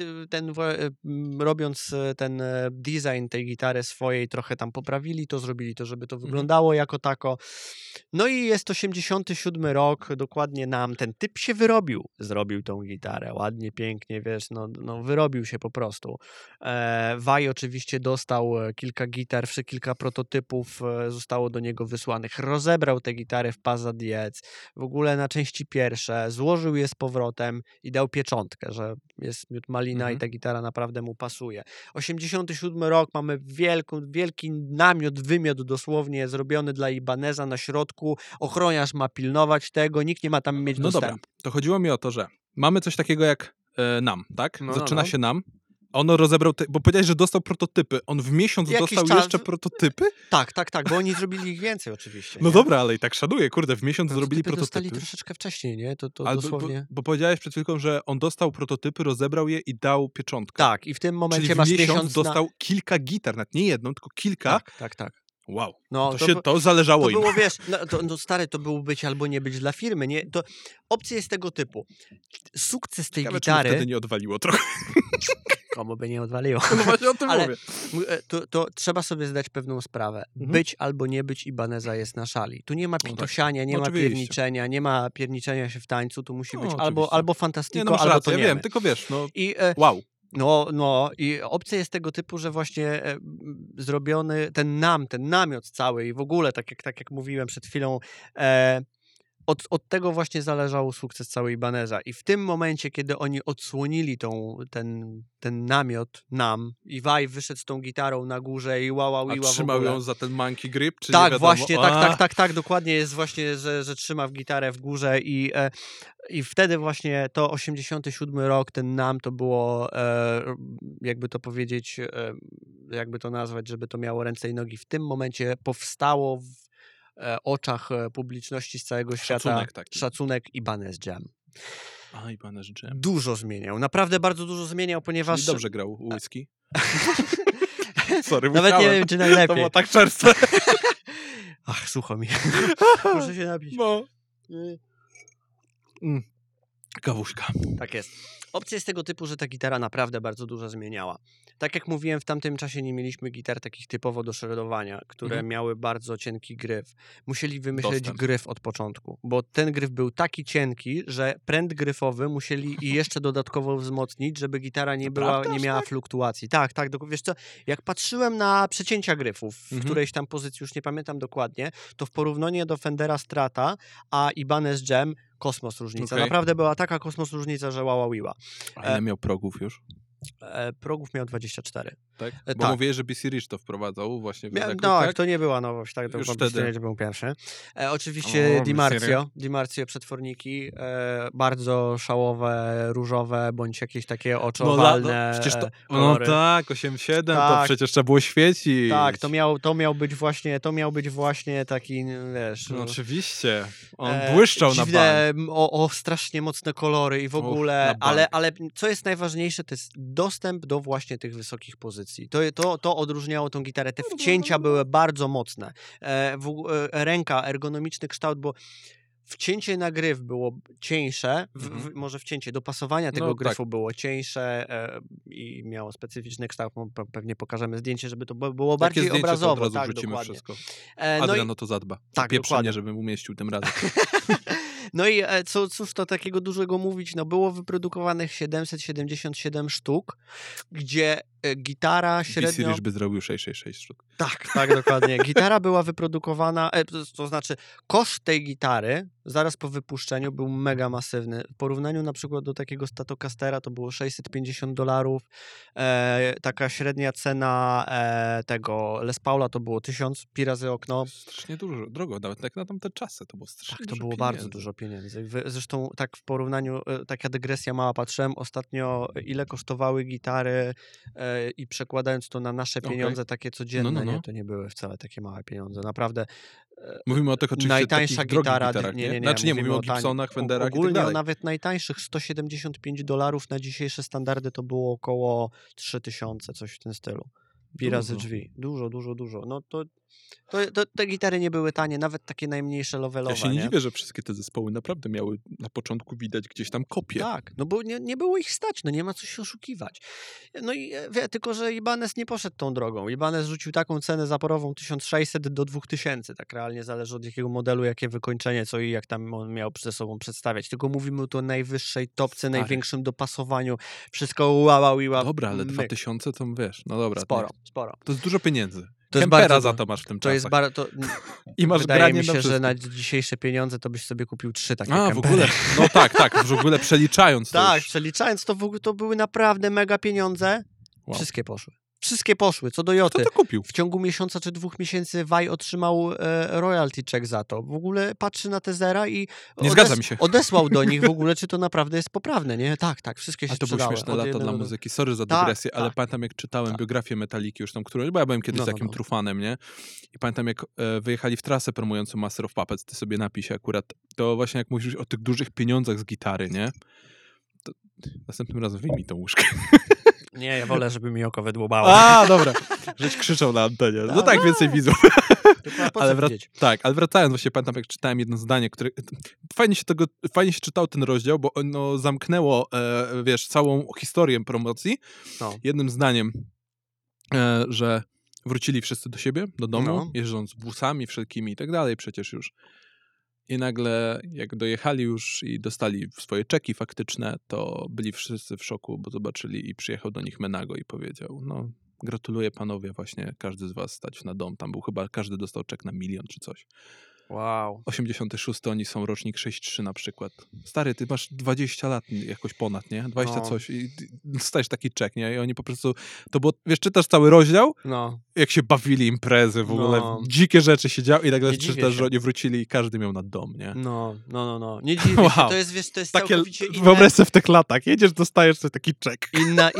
robiąc ten design tej gitary swojej, trochę tam poprawili to, zrobili to, żeby to wyglądało jako tako. No i jest 87 rok, dokładnie ten typ się wyrobił, zrobił tą gitarę, ładnie, pięknie, wiesz, no wyrobił się po prostu. Vai oczywiście dostał kilka gitar, kilka prototypów zostało do niego wysłanych, rozebrał te gitary w Pasa Diez, w ogóle na części pierwsze, złożył je z powrotem i dał pieczątkę, że jest miód malina i ta gitara naprawdę mu pasuje. 87 rok, mamy wielki wymiot dosłownie zrobiony dla Ibaneza na środku, ochroniarz ma pilnować tego, nikt nie ma tam mieć No dostępu. dobra, to chodziło mi o to, że mamy coś takiego jak NAM, tak? No. Zaczyna się NAM. Ono rozebrał, bo powiedziałeś, że dostał prototypy. On w miesiąc Jakiś dostał czas- jeszcze prototypy? Tak, bo oni zrobili ich więcej oczywiście. No nie? dobra, ale i tak szanuję, kurde, w miesiąc zrobili Prototypy dostali prototypy. troszeczkę wcześniej, nie? To Ale dosłownie... bo powiedziałeś przed chwilką, że on dostał prototypy, rozebrał je i dał pieczątkę. Tak, i w tym momencie Czyli w masz miesiąc na... dostał kilka gitar, nawet nie jedną, tylko kilka. Tak. Wow, No, to zależało to im. było, wiesz, stary, to było być albo nie być dla firmy, nie? To opcja jest tego typu. Sukces tej Ciekawe, czy mu gitary... wtedy nie odwaliło trochę. Komu by nie odwaliło. No właśnie o tym Ale mówię. to trzeba sobie zdać pewną sprawę. Być albo nie być Ibaneza jest na szali. Tu nie ma pitusiania, nie ma Oczywiście. pierniczenia, nie ma pierniczenia się w tańcu, tu musi No, być oczywiście. albo Nie, fantastyko, no masz albo rację, to ja nie. wiem, tylko wiesz, no I wow. i opcja jest tego typu, że właśnie zrobiony ten namiot cały i w ogóle, tak jak mówiłem przed chwilą, od tego właśnie zależał sukces całej Ibaneza. I w tym momencie, kiedy oni odsłonili ten namiot i Vai wyszedł z tą gitarą na górze i A w trzymał ogóle. ją za ten monkey grip, czy nie Tak, wiadomo? właśnie, tak, dokładnie jest właśnie, że trzyma w gitarę w górze i wtedy właśnie to 87 rok, ten to było, jakby to powiedzieć, jakby to nazwać, żeby to miało ręce i nogi. W tym momencie powstało w oczach publiczności z całego świata Szacunek taki. szacunek Ibanez Jam. Aj, pane życzę. Dużo zmieniał, naprawdę bardzo dużo zmieniał, ponieważ... Czyli dobrze grał whisky. Sorry, Nawet nie musiałem. wiem, czy To najlepiej. było tak czerstwe. Ach, sucho mi. Muszę się napić. No. Kawuszka. Tak jest. Opcja jest tego typu, że ta gitara naprawdę bardzo dużo zmieniała. Tak jak mówiłem, w tamtym czasie nie mieliśmy gitar takich typowo do shredowania, które miały bardzo cienki gryf. Musieli wymyśleć Dostęp. gryf od początku, bo ten gryf był taki cienki, że pręt gryfowy musieli i jeszcze dodatkowo wzmocnić, żeby gitara nie miała fluktuacji. Tak, wiesz co, jak patrzyłem na przecięcia gryfów w którejś tam pozycji, już nie pamiętam dokładnie, to w porównaniu do Fendera Strata, a Ibanez Jam, kosmos różnica. Okej. Naprawdę była taka kosmos różnica, że ławiła. A ile miał progów już? Progów miał 24. Tak? Bo tak. mówię, że BC Rich to wprowadzał właśnie w Record, Tak, tak? to nie była nowość, tak, to Już chyba wtedy. był pierwszy. Oczywiście Di Marzio przetworniki, bardzo szałowe, różowe, bądź jakieś takie oczowalne przecież to, kolory. No tak, 8-7, to Tak. przecież trzeba było świecić. Tak, to miał być właśnie taki, wiesz... No oczywiście. On błyszczał na dziwne, bank. o strasznie mocne kolory i w ogóle, na bank. ale co jest najważniejsze, to jest dostęp do właśnie tych wysokich pozycji. To odróżniało tą gitarę. Te wcięcia były bardzo mocne. Ręka, ergonomiczny kształt, bo wcięcie na gryf było cieńsze, może wcięcie, dopasowania tego gryfu było cieńsze i miało specyficzny kształt. Pewnie pokażemy zdjęcie, żeby to było bardziej zdjęcie, obrazowo. to od razu tak, wrzucimy dokładnie. wszystko. No Adrian o to zadba. Tak, Pieprze dokładnie. mnie, żebym umieścił tym razem. No i cóż to takiego dużego mówić, no było wyprodukowanych 777 sztuk, gdzie gitara BC średnio... Rich by zrobił 666 sztuk. Tak, dokładnie. Gitara była wyprodukowana, to znaczy koszt tej gitary zaraz po wypuszczeniu był mega masywny. W porównaniu na przykład do takiego Stratocastera to było $650, taka średnia cena tego Les Paula to było 1000 pi razy okno. Strasznie drogo, nawet tak na tamte czasy to było strasznie Tak, to dużo było pieniędzy. bardzo dużo pieniędzy. Zresztą tak w porównaniu, taka dygresja mała, patrzyłem ostatnio, ile kosztowały gitary i przekładając to na nasze Okej. pieniądze takie codzienne, No. nie, to nie były wcale takie małe pieniądze. Naprawdę Mówimy o tych oczywiście najtańsza takich drogich gitara, gitarach, nie, nie, Znaczy nie, mówimy o tani- Gibsonach, Fenderach i tak ogólnie o dalej. nawet najtańszych $175 na dzisiejsze standardy to było około 3000, coś w tym stylu. Pi razy Dużo. drzwi. Dużo. No to te gitary nie były tanie, nawet takie najmniejsze levelowe, Ja się nie nie? dziwię, że wszystkie te zespoły naprawdę miały na początku widać gdzieś tam kopie. Tak, no bo nie było ich stać, no nie ma co się oszukiwać. No i tylko, że Ibanez nie poszedł tą drogą. Ibanez rzucił taką cenę zaporową 1600 do 2000, tak realnie zależy od jakiego modelu, jakie wykończenie, co i jak tam on miał ze sobą przedstawiać. Tylko mówimy tu o najwyższej topce, Stary. największym dopasowaniu, wszystko łał i łał. Dobra, ale myk. 2000 to wiesz, no dobra. Sporo. To jest dużo pieniędzy. To jest Kempera bardzo za du- to masz w tym To czasach. jest bardzo... I masz Wydaje granie mi się, na że wszystko. na dzisiejsze pieniądze to byś sobie kupił 3 takie A, w Kempery. ogóle, no tak, w ogóle przeliczając to Tak, już. przeliczając to w ogóle to były naprawdę mega pieniądze. Wow. Wszystkie poszły, co do Kto Joty. to kupił? W ciągu miesiąca czy 2 miesięcy Waj otrzymał royalty check za to. W ogóle patrzy na te zera i Nie zgadza mi się. odesłał do nich w ogóle, czy to naprawdę jest poprawne, nie? Tak, wszystkie się A to były sprzedały. śmieszne Od lata jednego dla do- muzyki. Sorry za Tak, dygresję, ale tak, pamiętam jak czytałem tak. biografię Metaliki już tą, którą, bo ja byłem kiedyś No, takim no. trufanem, nie? I pamiętam jak wyjechali w trasę promującą Master of Puppets, ty sobie napisz akurat, to właśnie jak mówisz o tych dużych pieniądzach z gitary, nie? To następnym razem wyjmij tą łóżkę. Nie, ja wolę, żeby mi oko wydłubało. A, dobra. Żeś krzyczał na antenie. No tak, więcej widzów. Tylko po co Ale, widzieć? tak, ale wracając, właśnie pamiętam, jak czytałem jedno zdanie, które... Fajnie się czytał ten rozdział, bo ono zamknęło, wiesz, całą historię promocji No. jednym zdaniem, że wrócili wszyscy do siebie, do domu, No. jeżdżąc busami wszelkimi i tak dalej przecież już. I nagle, jak dojechali już i dostali swoje czeki faktyczne, to byli wszyscy w szoku, bo zobaczyli i przyjechał do nich Menago i powiedział, no gratuluję panowie, właśnie każdy z was stać na dom. Tam był chyba, każdy dostał czek na 1 milion czy coś. Wow. 86, oni są rocznik 6-3 na przykład. Stary, ty masz 20 lat jakoś ponad, nie? 20 No. coś i dostajesz taki czek, nie? I oni po prostu, to było, wiesz, czytasz cały rozdział, No. jak się bawili imprezy, w ogóle No. dzikie rzeczy się działy i nagle Nie dziwię czytasz, się. że oni wrócili i każdy miał na dom, nie? No. Nie dziwię się, Wow. to jest, wiesz, to jest Takie, całkowicie inne, wyobraź sobie w tych latach, jedziesz, dostajesz sobie taki czek.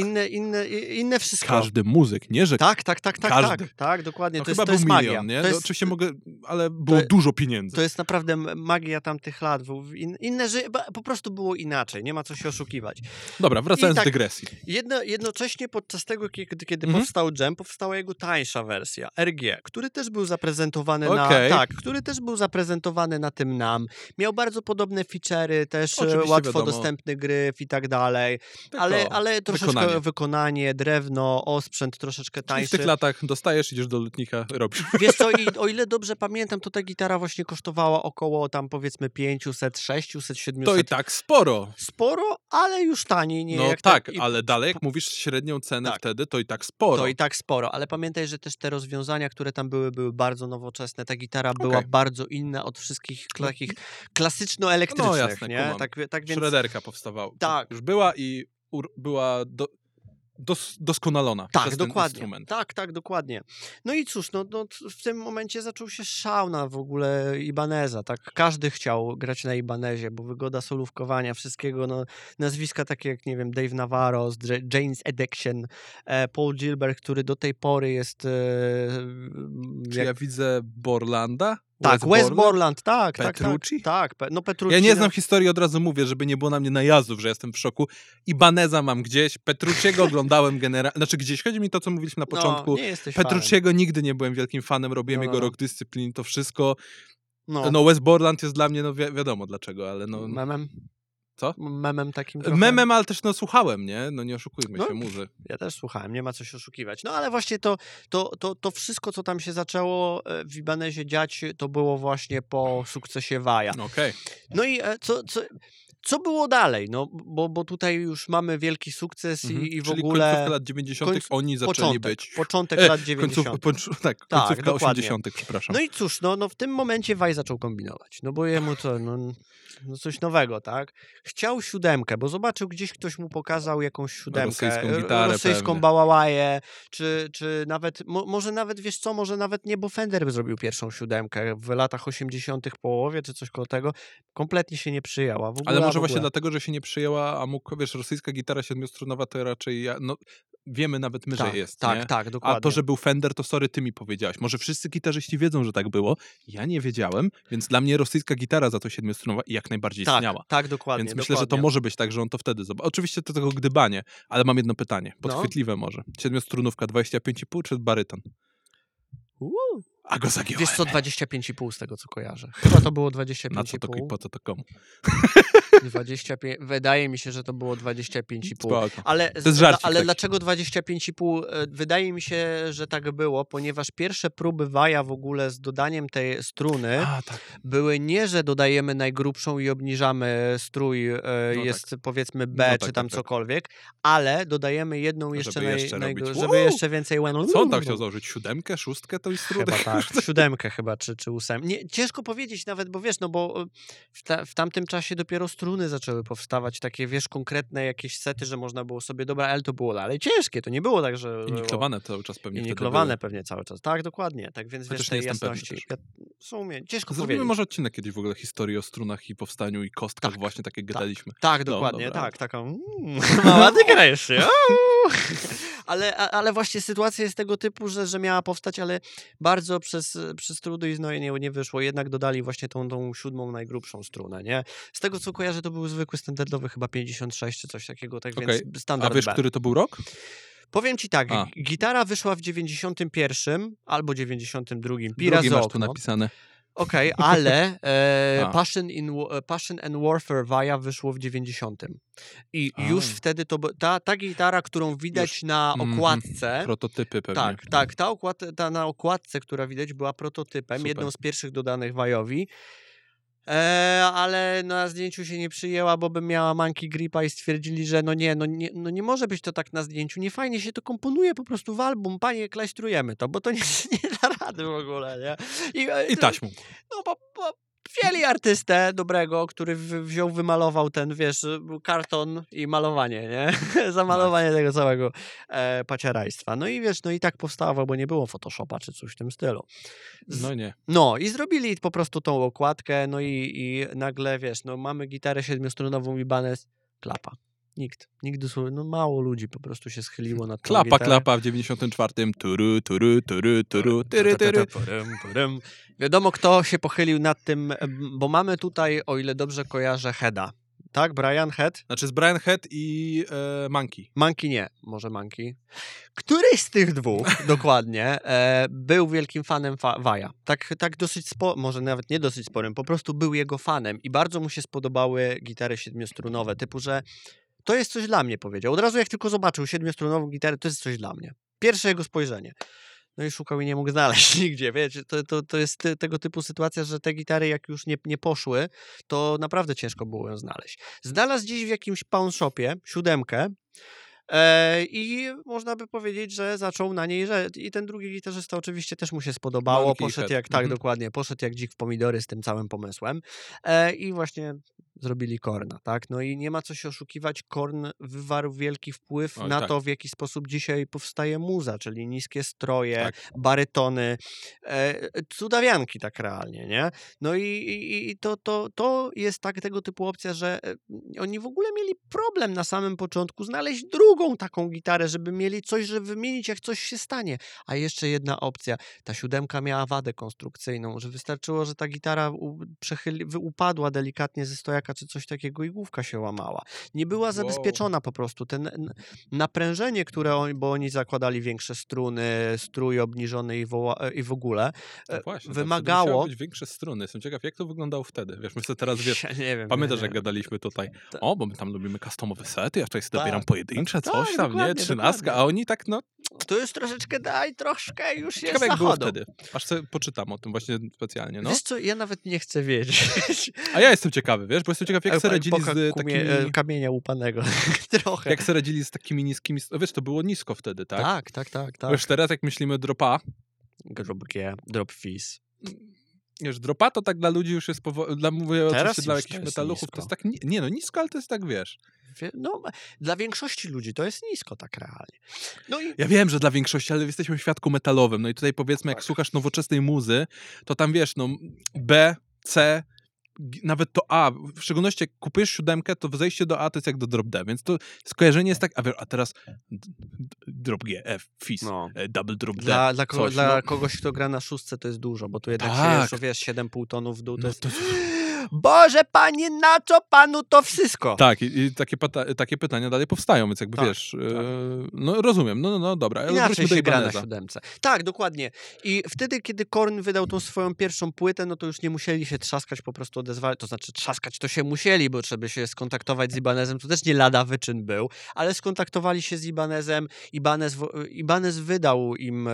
inne wszystko. Każdy muzyk, nie że Tak, Każdy. tak, dokładnie. no To chyba jest był magia. milion, nie? To No, jest, oczywiście mogę, ale było to- dużo pieniędzy. to jest naprawdę magia tamtych lat. Inne, że po prostu było inaczej, nie ma co się oszukiwać. Dobra, wracając tak- do dygresji. Jednocześnie podczas tego, kiedy Mhm. powstał Jam, powstała jego tańsza wersja, RG, który też był zaprezentowany Okej. który też był zaprezentowany na tym NAMM. Miał bardzo podobne feature'y, też Oczywiście, łatwo wiadomo. dostępny gryf i tak dalej, Tylko ale troszeczkę wykonanie. wykonanie, drewno, osprzęt troszeczkę Czyli w tańszy. tych latach dostajesz, idziesz do lutnika, robisz. Wiesz co, o ile dobrze pamiętam, to ta gitara właśnie kosztowała około tam powiedzmy 500, 600, 700. To i tak sporo. Sporo, ale już taniej, nie? No jak tak, ten- i- ale dalej jak mówisz średnią cenę Tak. wtedy, to i tak sporo. To i tak sporo, ale pamiętaj, że też te rozwiązania, które tam były bardzo nowoczesne. Ta gitara była bardzo inna od wszystkich takich klasyczno-elektrycznych, No jasne, nie? kumam. Tak więc Szrederka powstawała. Tak. Już była i była doskonalona przez ten dokładnie. instrument. Tak, dokładnie. No i cóż, w tym momencie zaczął się szał na w ogóle Ibaneza, tak? Każdy chciał grać na Ibanezie, bo wygoda solówkowania, wszystkiego, nazwiska takie jak, nie wiem, Dave Navarro, Jane's Addiction, Paul Gilbert, który do tej pory jest... Czy ja widzę Borlanda? Tak, Wes Borland, tak. Petrucci? Tak, Petrucci. Ja nie znam historii, od razu mówię, żeby nie było na mnie najazdów, że jestem w szoku. Ibaneza mam gdzieś, Petrucciego oglądałem generalnie, znaczy gdzieś, chodzi mi to, co mówiliśmy na początku. nie jesteś Petrucciego nigdy nie byłem wielkim fanem, robiłem No, jego no. Rock Discipline, to wszystko. fanem. No Wes Borland jest dla mnie, no wiadomo dlaczego, ale no... Memem. Co? Memem takim trochę. Memem, ale też słuchałem, nie? No nie oszukujmy No. się, muzy. Ja też słuchałem, nie ma co się oszukiwać. No ale właśnie to wszystko, co tam się zaczęło w Ibanezie dziać, to było właśnie po sukcesie Waja. Okej. No i co było dalej? No, bo tutaj już mamy wielki sukces i w Czyli ogóle... końcówka lat 90. oni zaczęli być... Początek lat 90. Końcówka dokładnie. 80. przepraszam. No i cóż, no w tym momencie Waj zaczął kombinować, no bo jemu co, no coś nowego, tak? Chciał 7, bo zobaczył gdzieś ktoś mu pokazał jakąś 7, rosyjską gitarę rosyjską pewnie. bałałaję, czy nawet, może nawet, wiesz co, może nawet nie, bo Fender by zrobił pierwszą 7 w latach 80. połowie, czy coś koło tego, kompletnie się nie przyjęła. W ogóle, Ale może w ogóle. właśnie dlatego, że się nie przyjęła, a mógł, wiesz, rosyjska gitara 7-strunowa to raczej, wiemy nawet my, że jest, nie? Tak, dokładnie. A to, że był Fender, to sorry, ty mi powiedziałaś. Może wszyscy gitarzyści wiedzą, że tak było. Ja nie wiedziałem, więc dla mnie rosyjska gitara za to 7-strunowa jak najbardziej istniała. Tak, dokładnie. Więc myślę, że to może być tak, że on to wtedy zobaczył. Oczywiście to tego gdybanie, ale mam jedno pytanie. Podchwytliwe może. 7-strunówka 25,5 czy baryton? A go zagiąłem. Wiesz co, 25,5 z tego, co kojarzę. Chyba to było 25,5. Na co to i po co to komu? 25, wydaje mi się, że to było 25,5. Spoko. Ale, To jest żarcik ale taki. dlaczego 25,5? Wydaje mi się, że tak było, ponieważ pierwsze próby waja w ogóle z dodaniem tej struny A, tak. były nie, że dodajemy najgrubszą i obniżamy strój, jest powiedzmy B No czy tak, tam tak, tak. cokolwiek, ale dodajemy jedną jeszcze, Żeby jeszcze robić. żeby jeszcze więcej Co on tam chciał założyć? 7, 6 to i strunę? Chyba tak, 7 chyba, czy 8. Nie, ciężko powiedzieć nawet, bo wiesz, no bo w tamtym czasie dopiero struny zaczęły powstawać, takie wiesz, konkretne jakieś sety, że można było sobie, dobra, ale to było dalej ciężkie, to nie było tak, że... I niklowane cały czas pewnie I wtedy niklowane były. pewnie cały czas, tak, dokładnie, tak więc Chociaż wiesz, nie tej jestem pewny jasności. też. W sumie, ciężko Zrobimy powiedzieć. może odcinek kiedyś w ogóle historii o strunach i powstaniu i kostkach Tak, właśnie takie gadaliśmy. Tak, dokładnie, dobra. tak, taką mała dygresja. Ale właśnie sytuacja jest tego typu, że miała powstać, ale bardzo przez trudy i znoje nie wyszło. Jednak dodali właśnie tą 7 najgrubszą strunę, nie? Z tego, co kojarzę, to był zwykły, standardowy chyba 56 czy coś takiego, tak Okej. więc standard A wiesz, B. który to był rok? Powiem ci tak, A. gitara wyszła w 91 albo 92. Drugi masz tu Okno. napisane. Okej, ale A. Passion and Warfare Vaja wyszło w 90. I A. już wtedy ta gitara, którą widać na Mhm. okładce, Prototypy pewnie. tak, ta na okładce, która widać, była prototypem, Super. jedną z pierwszych dodanych Vajowi. Ale na zdjęciu się nie przyjęła, bo by miała monkey gripa i stwierdzili, że nie może być to tak na zdjęciu, nie fajnie się to komponuje po prostu w album, panie, klajstrujemy to, bo to nie da rady w ogóle, nie? I taśmą. No bo wzięli artystę dobrego, który wymalował ten, wiesz, karton i malowanie, nie? Zamalowanie tego całego paciarajstwa. No i wiesz, no i tak powstało, bo nie było Photoshopa czy coś w tym stylu. No nie. No i zrobili po prostu tą okładkę, no i nagle, wiesz, no mamy gitarę 7-strunową Ibanez, klapa. Nikt dosłownie, no mało ludzi po prostu się schyliło nad tą gitarę. Klapa w 94. Turu, turu, turu, turu, tyry, tyry. Purym. Wiadomo, kto się pochylił nad tym, bo mamy tutaj, o ile dobrze kojarzę, Heada. Tak, Brian Head? Znaczy z Brian Head i Monkey. Monkey nie, może Monkey. Któryś z tych dwóch, dokładnie, był wielkim fanem Vaja. Tak dosyć może nawet nie dosyć sporym, po prostu był jego fanem i bardzo mu się spodobały gitary 7-strunowe, typu, że to jest coś dla mnie, powiedział. Od razu jak tylko zobaczył 7-strunową gitarę, to jest coś dla mnie. Pierwsze jego spojrzenie. No i szukał i nie mógł znaleźć nigdzie, wiecie, to jest tego typu sytuacja, że te gitary jak już nie poszły, to naprawdę ciężko było ją znaleźć. Znalazł gdzieś w jakimś pawn shopie 7 i można by powiedzieć, że zaczął na niej, i ten drugi gitarzysta oczywiście też mu się spodobało, Monkey poszedł Head. tak dokładnie, poszedł jak dzik w pomidory z tym całym pomysłem i właśnie zrobili Korna, tak? No i nie ma co się oszukiwać, Korn wywarł wielki wpływ Oj, na tak. to, w jaki sposób dzisiaj powstaje muza, czyli niskie stroje, Tak. barytony, cudawianki tak realnie, nie? No i to jest tego typu opcja, że oni w ogóle mieli problem na samym początku znaleźć drugą taką gitarę, żeby mieli coś, żeby wymienić, jak coś się stanie. A jeszcze jedna opcja, ta 7 miała wadę konstrukcyjną, że wystarczyło, że ta gitara upadła delikatnie ze stojaka czy coś takiego i główka się łamała. Nie była zabezpieczona po prostu. Ten naprężenie, bo oni zakładali większe struny, strój obniżony i w ogóle, No właśnie, wymagało... musiały być większe struny. Jestem ciekaw, jak to wyglądało wtedy. Wiesz, my sobie teraz, wiesz, Ja nie wiem. pamiętasz, nie jak wiem. gadaliśmy tutaj, Ta- bo my tam lubimy customowe sety, ja tutaj sobie Tak. dobieram pojedyncze, Tak, coś tam, nie? dokładnie, 13, dokładnie. a oni tak, no, To już troszeczkę troszkę już jest ciekawe jak było zachodą. wtedy. Aż sobie poczytam o tym właśnie specjalnie, no. Wiesz co, ja nawet nie chcę wiedzieć. A ja jestem ciekawy, wiesz, bo jestem ciekaw, jak sobie radzili Epoka z takimi... kamienia łupanego. Trochę. Jak sobie radzili z takimi niskimi... Wiesz, to było nisko wtedy, tak? Tak. Wiesz, teraz jak myślimy dropa, Drop G, drop fizz. wiesz, dropa to tak dla ludzi już jest mówię Teraz oczywiście dla już jakichś to jest metaluchów, nisko. to jest tak, nie no, nisko, ale to jest tak, wiesz. No, dla większości ludzi to jest nisko tak realnie. No i Ja wiem, że dla większości, ale jesteśmy w świadku metalowym, no i tutaj powiedzmy, jak Tak. słuchasz nowoczesnej muzy, to tam wiesz, no B, C, nawet to A, w szczególności jak kupujesz 7, to zejście do A to jest jak do drop D, więc to skojarzenie jest tak, a teraz drop G, F, Fizz, No. double drop D, Dla kogoś, kto gra na 6, to jest dużo, bo tu jednak Tak. się już, wiesz, 7,5 tonów w dół, to No jest... to- Boże, panie, na co panu to wszystko? Tak, i takie pytania dalej powstają, więc jakby Tak, wiesz, no rozumiem, no dobra, ale Inaczej wróćmy do się gra na Ibaneza. 7. Tak, dokładnie. I wtedy, kiedy Korn wydał tą swoją pierwszą płytę, no to już nie musieli się trzaskać, po prostu odezwali. To znaczy trzaskać to się musieli, bo trzeba się skontaktować z Ibanezem. To też nie lada wyczyn był, ale skontaktowali się z Ibanezem. Ibanez wydał im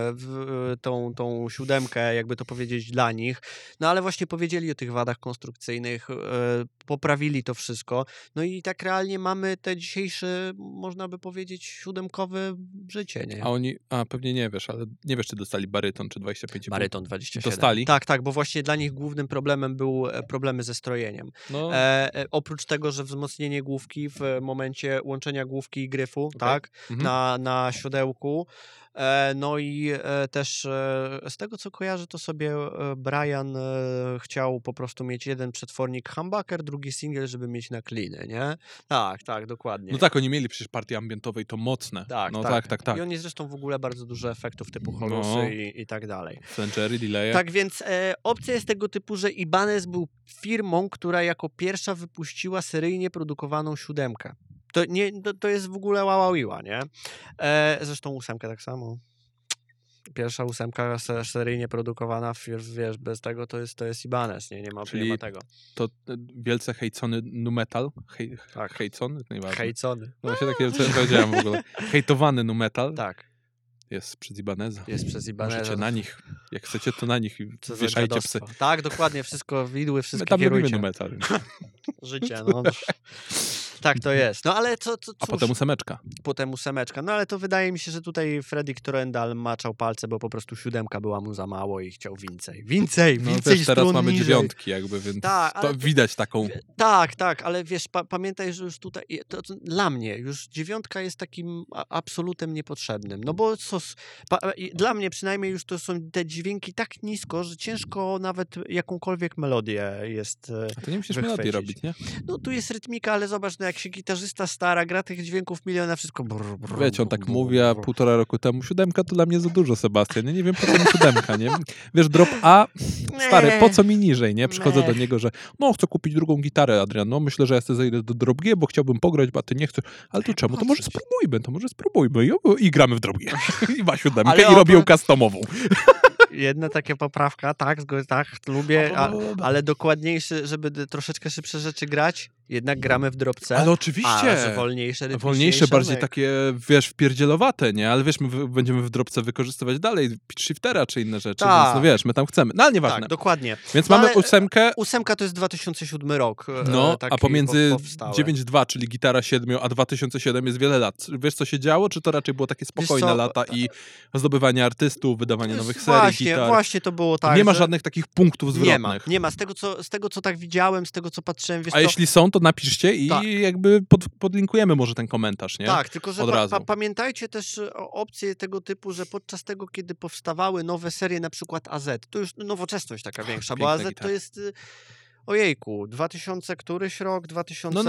tą 7, jakby to powiedzieć, dla nich. No ale właśnie powiedzieli o tych wadach konstrukcyjnych, poprawili to wszystko. No i tak realnie mamy te dzisiejsze, można by powiedzieć, 7-kowe życie, nie? Pewnie nie wiesz, ale nie wiesz, czy dostali baryton, czy 25,5. Baryton 27. Dostali? Tak, bo właśnie dla nich głównym problemem był problemy ze strojeniem. No, Oprócz tego, że wzmocnienie główki w momencie łączenia główki i gryfu, Okej. tak, Mhm. na siodełku. No i też z tego, co kojarzę, to sobie Brian chciał po prostu mieć jeden przetwornik humbucker, drugi singiel, żeby mieć na kliny, nie? Tak, dokładnie. no tak, oni mieli przecież partię ambientowej, to mocne. Tak, No tak. tak. I oni zresztą w ogóle bardzo dużo efektów typu chorusy No. i tak dalej. Flangery, delaye. Tak więc opcja jest tego typu, że Ibanez był firmą, która jako pierwsza wypuściła seryjnie produkowaną 7. To jest w ogóle łaławiła, nie? Zresztą 8 tak samo. Pierwsza 8 seryjnie produkowana, wiesz, bez tego to jest Ibanez, nie ma tego. To wielce hejcony nu metal. Tak. Hejcony? Najważniejsze. Hejcony. No właśnie takie co powiedziałem w ogóle. Hejtowany nu metal Tak, jest przez Ibaneza. jest przez Ibaneza. Możecie na nich, jak chcecie, to na nich Co za wieszajcie psy. dziadostwo. Tak, dokładnie, wszystko widły, My wszystkie tam lubimy kierujcie. nu metal. Życie, no. Tak to jest. No ale cóż, A potem 8. potem 8. No ale to wydaje mi się, że tutaj Fredrik Torendal maczał palce, bo po prostu 7 była mu za mało i chciał więcej. Więcej No więcej też teraz strun mamy niżej. 9 jakby, więc Tak, to ale widać taką... Tak, ale wiesz, pamiętaj, że już tutaj, to dla mnie już 9 jest takim absolutem niepotrzebnym, no bo dla mnie przynajmniej już to są te dźwięki tak nisko, że ciężko nawet jakąkolwiek melodię jest A to nie musisz melodii wychwycić. robić, nie? No tu jest rytmika, ale zobacz, no jak się gitarzysta stara, gra tych dźwięków miliona, wszystko... Wiecie, on tak mówi, a 1,5 roku temu 7 to dla mnie za dużo, Sebastian. Ja nie wiem, po co mi 7, nie? Wiesz, drop A, stary, po co mi niżej, nie? Przychodzę do niego, że no, chcę kupić drugą gitarę, Adrian, no myślę, że ja sobie zejdę do drop G, bo chciałbym pograć, a ty nie chcesz. Ale to czemu? To może spróbujmy. I gramy w drop G. I ma 7 Ale i robię ją customową. Jedna taka poprawka, tak, lubię, ale dokładniejsze, żeby troszeczkę szybsze rzeczy grać, jednak gramy w dropce. Ale oczywiście. A że wolniejsze, Wolniejsze, bardziej rytmiczniejsze, takie, wiesz, wpierdzielowate, nie? Ale wiesz, my będziemy w dropce wykorzystywać dalej pitch shiftera czy inne rzeczy, Tak. więc no wiesz, my tam chcemy. No ale nieważne. Tak, dokładnie. Więc No, mamy ale 8. 8 to jest 2007 rok. No, taki a pomiędzy powstałe. 9.2, czyli gitara 7, a 2007 jest wiele lat. Wiesz, co się działo? Czy to raczej było takie spokojne co, lata i zdobywanie artystów, wydawanie nowych serii, gitar? Właśnie to było tak, nie ma że żadnych takich punktów zwrotnych. Nie ma. Z tego, co tak widziałem, z tego, co patrzyłem, wiesz A jeśli są, to napiszcie i Tak. jakby podlinkujemy może ten komentarz, nie? Tak, tylko że Od razu. pamiętajcie też o opcje tego typu, że podczas tego, kiedy powstawały nowe serie, na przykład AZ, to już nowoczesność taka większa, bo piękne AZ to gitary. jest... Ojejku, 2000 któryś rok? 2010?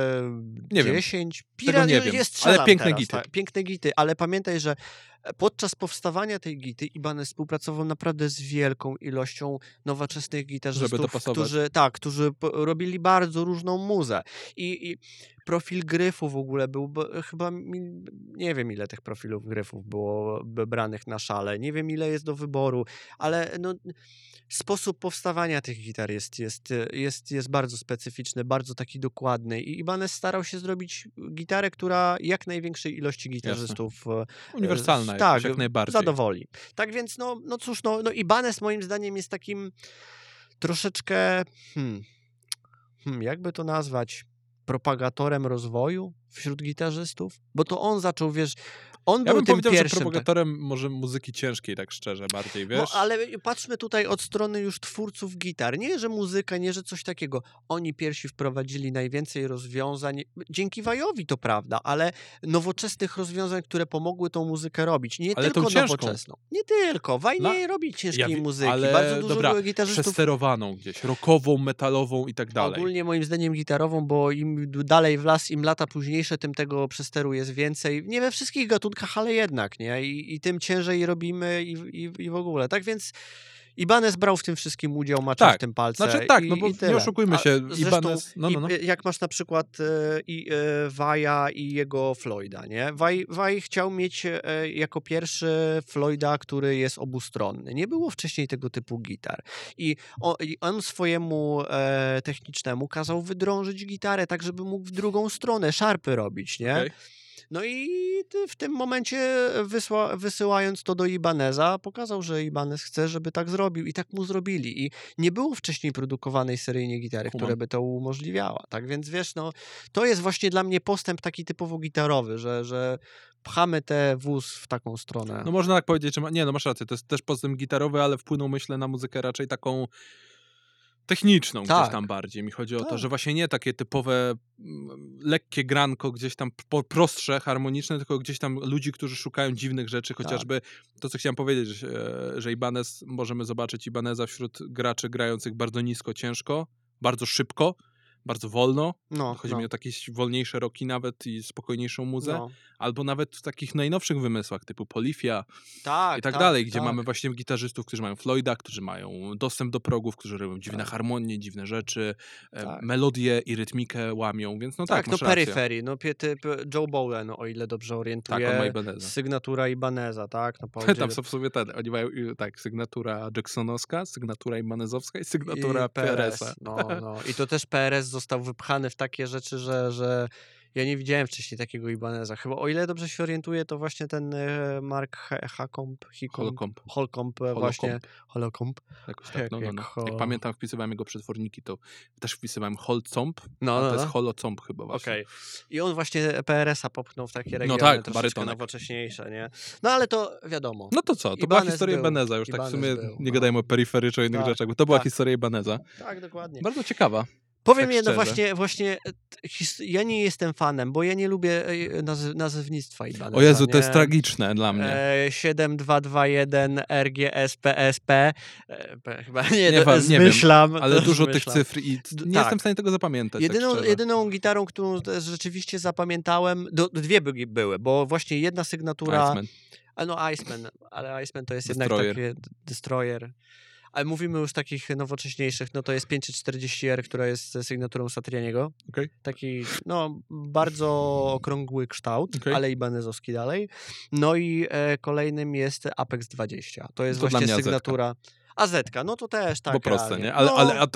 Nie wiem. Tego nie wiem, Jest ale piękne teraz, gity. Tak, piękne gity, ale pamiętaj, że podczas powstawania tej gity Ibanez współpracował naprawdę z wielką ilością nowoczesnych Żeby gitarzystów, dopasować. którzy robili bardzo różną muzę. I profil gryfu w ogóle był, chyba nie wiem ile tych profilów gryfów było branych na szale, nie wiem ile jest do wyboru, ale no, sposób powstawania tych gitar jest bardzo specyficzny, bardzo taki dokładny i Ibanez starał się zrobić gitarę, która jak największej ilości gitarzystów Uniwersalna tak, jakoś, jak najbardziej. zadowoli. Tak więc no cóż, Ibanez moim zdaniem jest takim troszeczkę jakby to nazwać, propagatorem rozwoju wśród gitarzystów, bo to on zaczął, wiesz, On Ja był bym tym powiedział, że pierwszym. propagatorem może muzyki ciężkiej, tak szczerze, bardziej, No, wiesz? ale patrzmy tutaj od strony już twórców gitar. Nie, że muzyka, nie, że coś takiego. Oni pierwsi wprowadzili najwięcej rozwiązań, dzięki Wajowi to prawda, ale nowoczesnych rozwiązań, które pomogły tą muzykę robić. Nie Ale tą tylko ciężką. nowoczesną. Nie tylko. Waj nie robi ciężkiej muzyki. ale Bardzo dużo dobra, było gitarzystów. przesterowaną gdzieś, rockową, metalową i tak dalej. Ogólnie moim zdaniem gitarową, bo im dalej w las, im lata późniejsze, tym tego przesteru jest więcej. Nie we wszystkich gatunkach, ale jednak, nie? I tym ciężej robimy i w ogóle. Tak więc Ibanez brał w tym wszystkim udział, macza Tak. w tym palce. Znaczy tak, no bo i tyle. nie oszukujmy się, Zresztą Ibanez... No. jak masz na przykład Waja i jego Floyda, nie? Vaj chciał mieć jako pierwszy Floyda, który jest obustronny. Nie było wcześniej tego typu gitar. I on swojemu technicznemu kazał wydrążyć gitarę tak, żeby mógł w drugą stronę szarpy robić, nie? Okej. No i w tym momencie wysyłając to do Ibaneza, pokazał, że Ibanez chce, żeby tak zrobił i tak mu zrobili. I nie było wcześniej produkowanej seryjnie gitary, Kumam. która by to umożliwiała. Tak więc wiesz, no to jest właśnie dla mnie postęp taki typowo gitarowy, że pchamy tę wóz w taką stronę. No można tak powiedzieć, że... Nie, no masz rację, to jest też postęp gitarowy, ale wpłynął, myślę, na muzykę raczej taką techniczną Tak. gdzieś tam bardziej. Mi chodzi o to, Tak. że właśnie nie takie typowe lekkie granko, gdzieś tam prostsze, harmoniczne, tylko gdzieś tam ludzi, którzy szukają dziwnych rzeczy, chociażby to, co chciałem powiedzieć, że Ibanez, możemy zobaczyć Ibaneza wśród graczy grających bardzo nisko, ciężko, bardzo szybko, bardzo wolno. Chodzi mi o takie wolniejsze rocki nawet i spokojniejszą muzę, albo nawet w takich najnowszych wymysłach typu Polifia i tak dalej, gdzie mamy właśnie gitarzystów, którzy mają Floyda, którzy mają dostęp do progów, którzy robią dziwne harmonie, dziwne rzeczy, melodię i rytmikę łamią, więc no tak, no masz rację. Periphery, no Joe Bowen, o ile dobrze orientuję, Tak, on ma Ibaneza. Sygnatura Ibaneza, tak? No, Tam są w sumie oni mają sygnatura Jacksonowska, sygnatura Ibanezowska i sygnatura PRS-a. No. I to też PRS został wypchany w takie rzeczy, że ja nie widziałem wcześniej takiego Ibaneza. Chyba, o ile dobrze się orientuję, to właśnie ten Mark Holcomb właśnie. Holocomb. Jakoś tak, Jak pamiętam, wpisywałem jego przetworniki, to też wpisywałem Holcomb, to jest Holocomb chyba właśnie. Okej. I on właśnie PRS-a popchnął w takie regiony troszeczkę nowocześniejsze, nie? No ale to wiadomo. No to co? To była historia Ibaneza już, tak w sumie nie gadajmy o peryfery czy o innych rzeczach, bo to była historia Ibaneza. Tak, dokładnie. Bardzo ciekawa. Powiem tak jedno, szczerze. właśnie ja nie jestem fanem, bo ja nie lubię nazewnictwa Ibaneza. O Jezu, to jest tragiczne dla mnie. 7221 RGS PSP. Chyba nie zmyślam. Wiem, ale dużo tych cyfr i nie jestem w stanie tego zapamiętać. Jedyną gitarą, którą rzeczywiście zapamiętałem, dwie były, bo właśnie jedna sygnatura... Iceman. Iceman, ale Iceman to jest Destroyer. jednak taki Destroyer. Ale mówimy już takich nowocześniejszych, no to jest 540R, która jest sygnaturą Satrianiego. Okay. Taki, bardzo okrągły kształt, ale ibanezowski dalej. No i kolejnym jest Apex 20. To jest właśnie sygnatura... AZ-ka, no to też tak. Bo proste, nie? Ale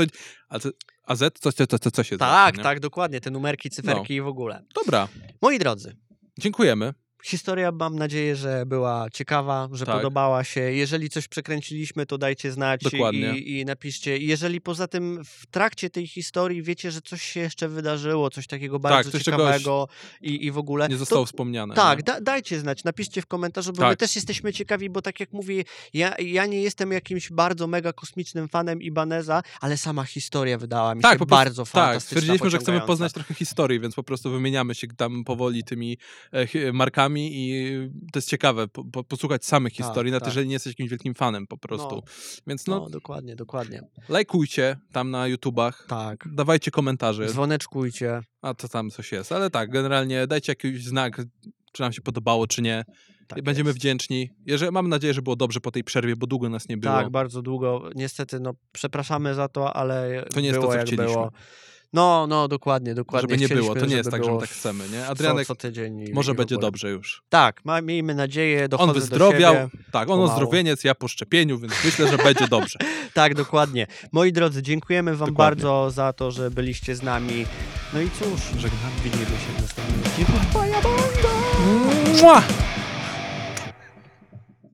AZ, co się Tak, dokładnie. Te numerki, cyferki i w ogóle. Dobra. Moi drodzy. Dziękujemy. Historia, mam nadzieję, że była ciekawa, że podobała się. Jeżeli coś przekręciliśmy, to dajcie znać i napiszcie. Jeżeli poza tym w trakcie tej historii wiecie, że coś się jeszcze wydarzyło, coś takiego bardzo ciekawego i w ogóle... Nie zostało wspomniane. Tak, dajcie znać, napiszcie w komentarzu, bo my też jesteśmy ciekawi, bo tak jak mówię, ja nie jestem jakimś bardzo mega kosmicznym fanem Ibaneza, ale sama historia wydała mi się bardzo fantastyczna. Tak, stwierdziliśmy, że chcemy poznać trochę historii, więc po prostu wymieniamy się tam powoli tymi markami i to jest ciekawe, posłuchać samych historii, jeżeli nie jesteś jakimś wielkim fanem po prostu. Więc dokładnie. Lajkujcie tam na YouTubach, dawajcie komentarze. Dzwoneczkujcie. A to tam coś jest, ale generalnie dajcie jakiś znak, czy nam się podobało, czy nie. Będziemy wdzięczni. Mam nadzieję, że było dobrze po tej przerwie, bo długo nas nie było. Tak, bardzo długo. Niestety, przepraszamy za to, ale to nie jest to, co chcieliśmy. Było. Dokładnie. Żeby nie było, to nie jest tak, że my tak chcemy, nie? Adrianek, co tydzień może będzie dobrze już. Tak, miejmy nadzieję, on wyzdrowiał, on ozdrowieniec, ja po szczepieniu, więc myślę, że będzie dobrze. Tak, dokładnie. Moi drodzy, dziękujemy wam bardzo za to, że byliście z nami. No i cóż, widzimy się w następnym odcinku. Mua!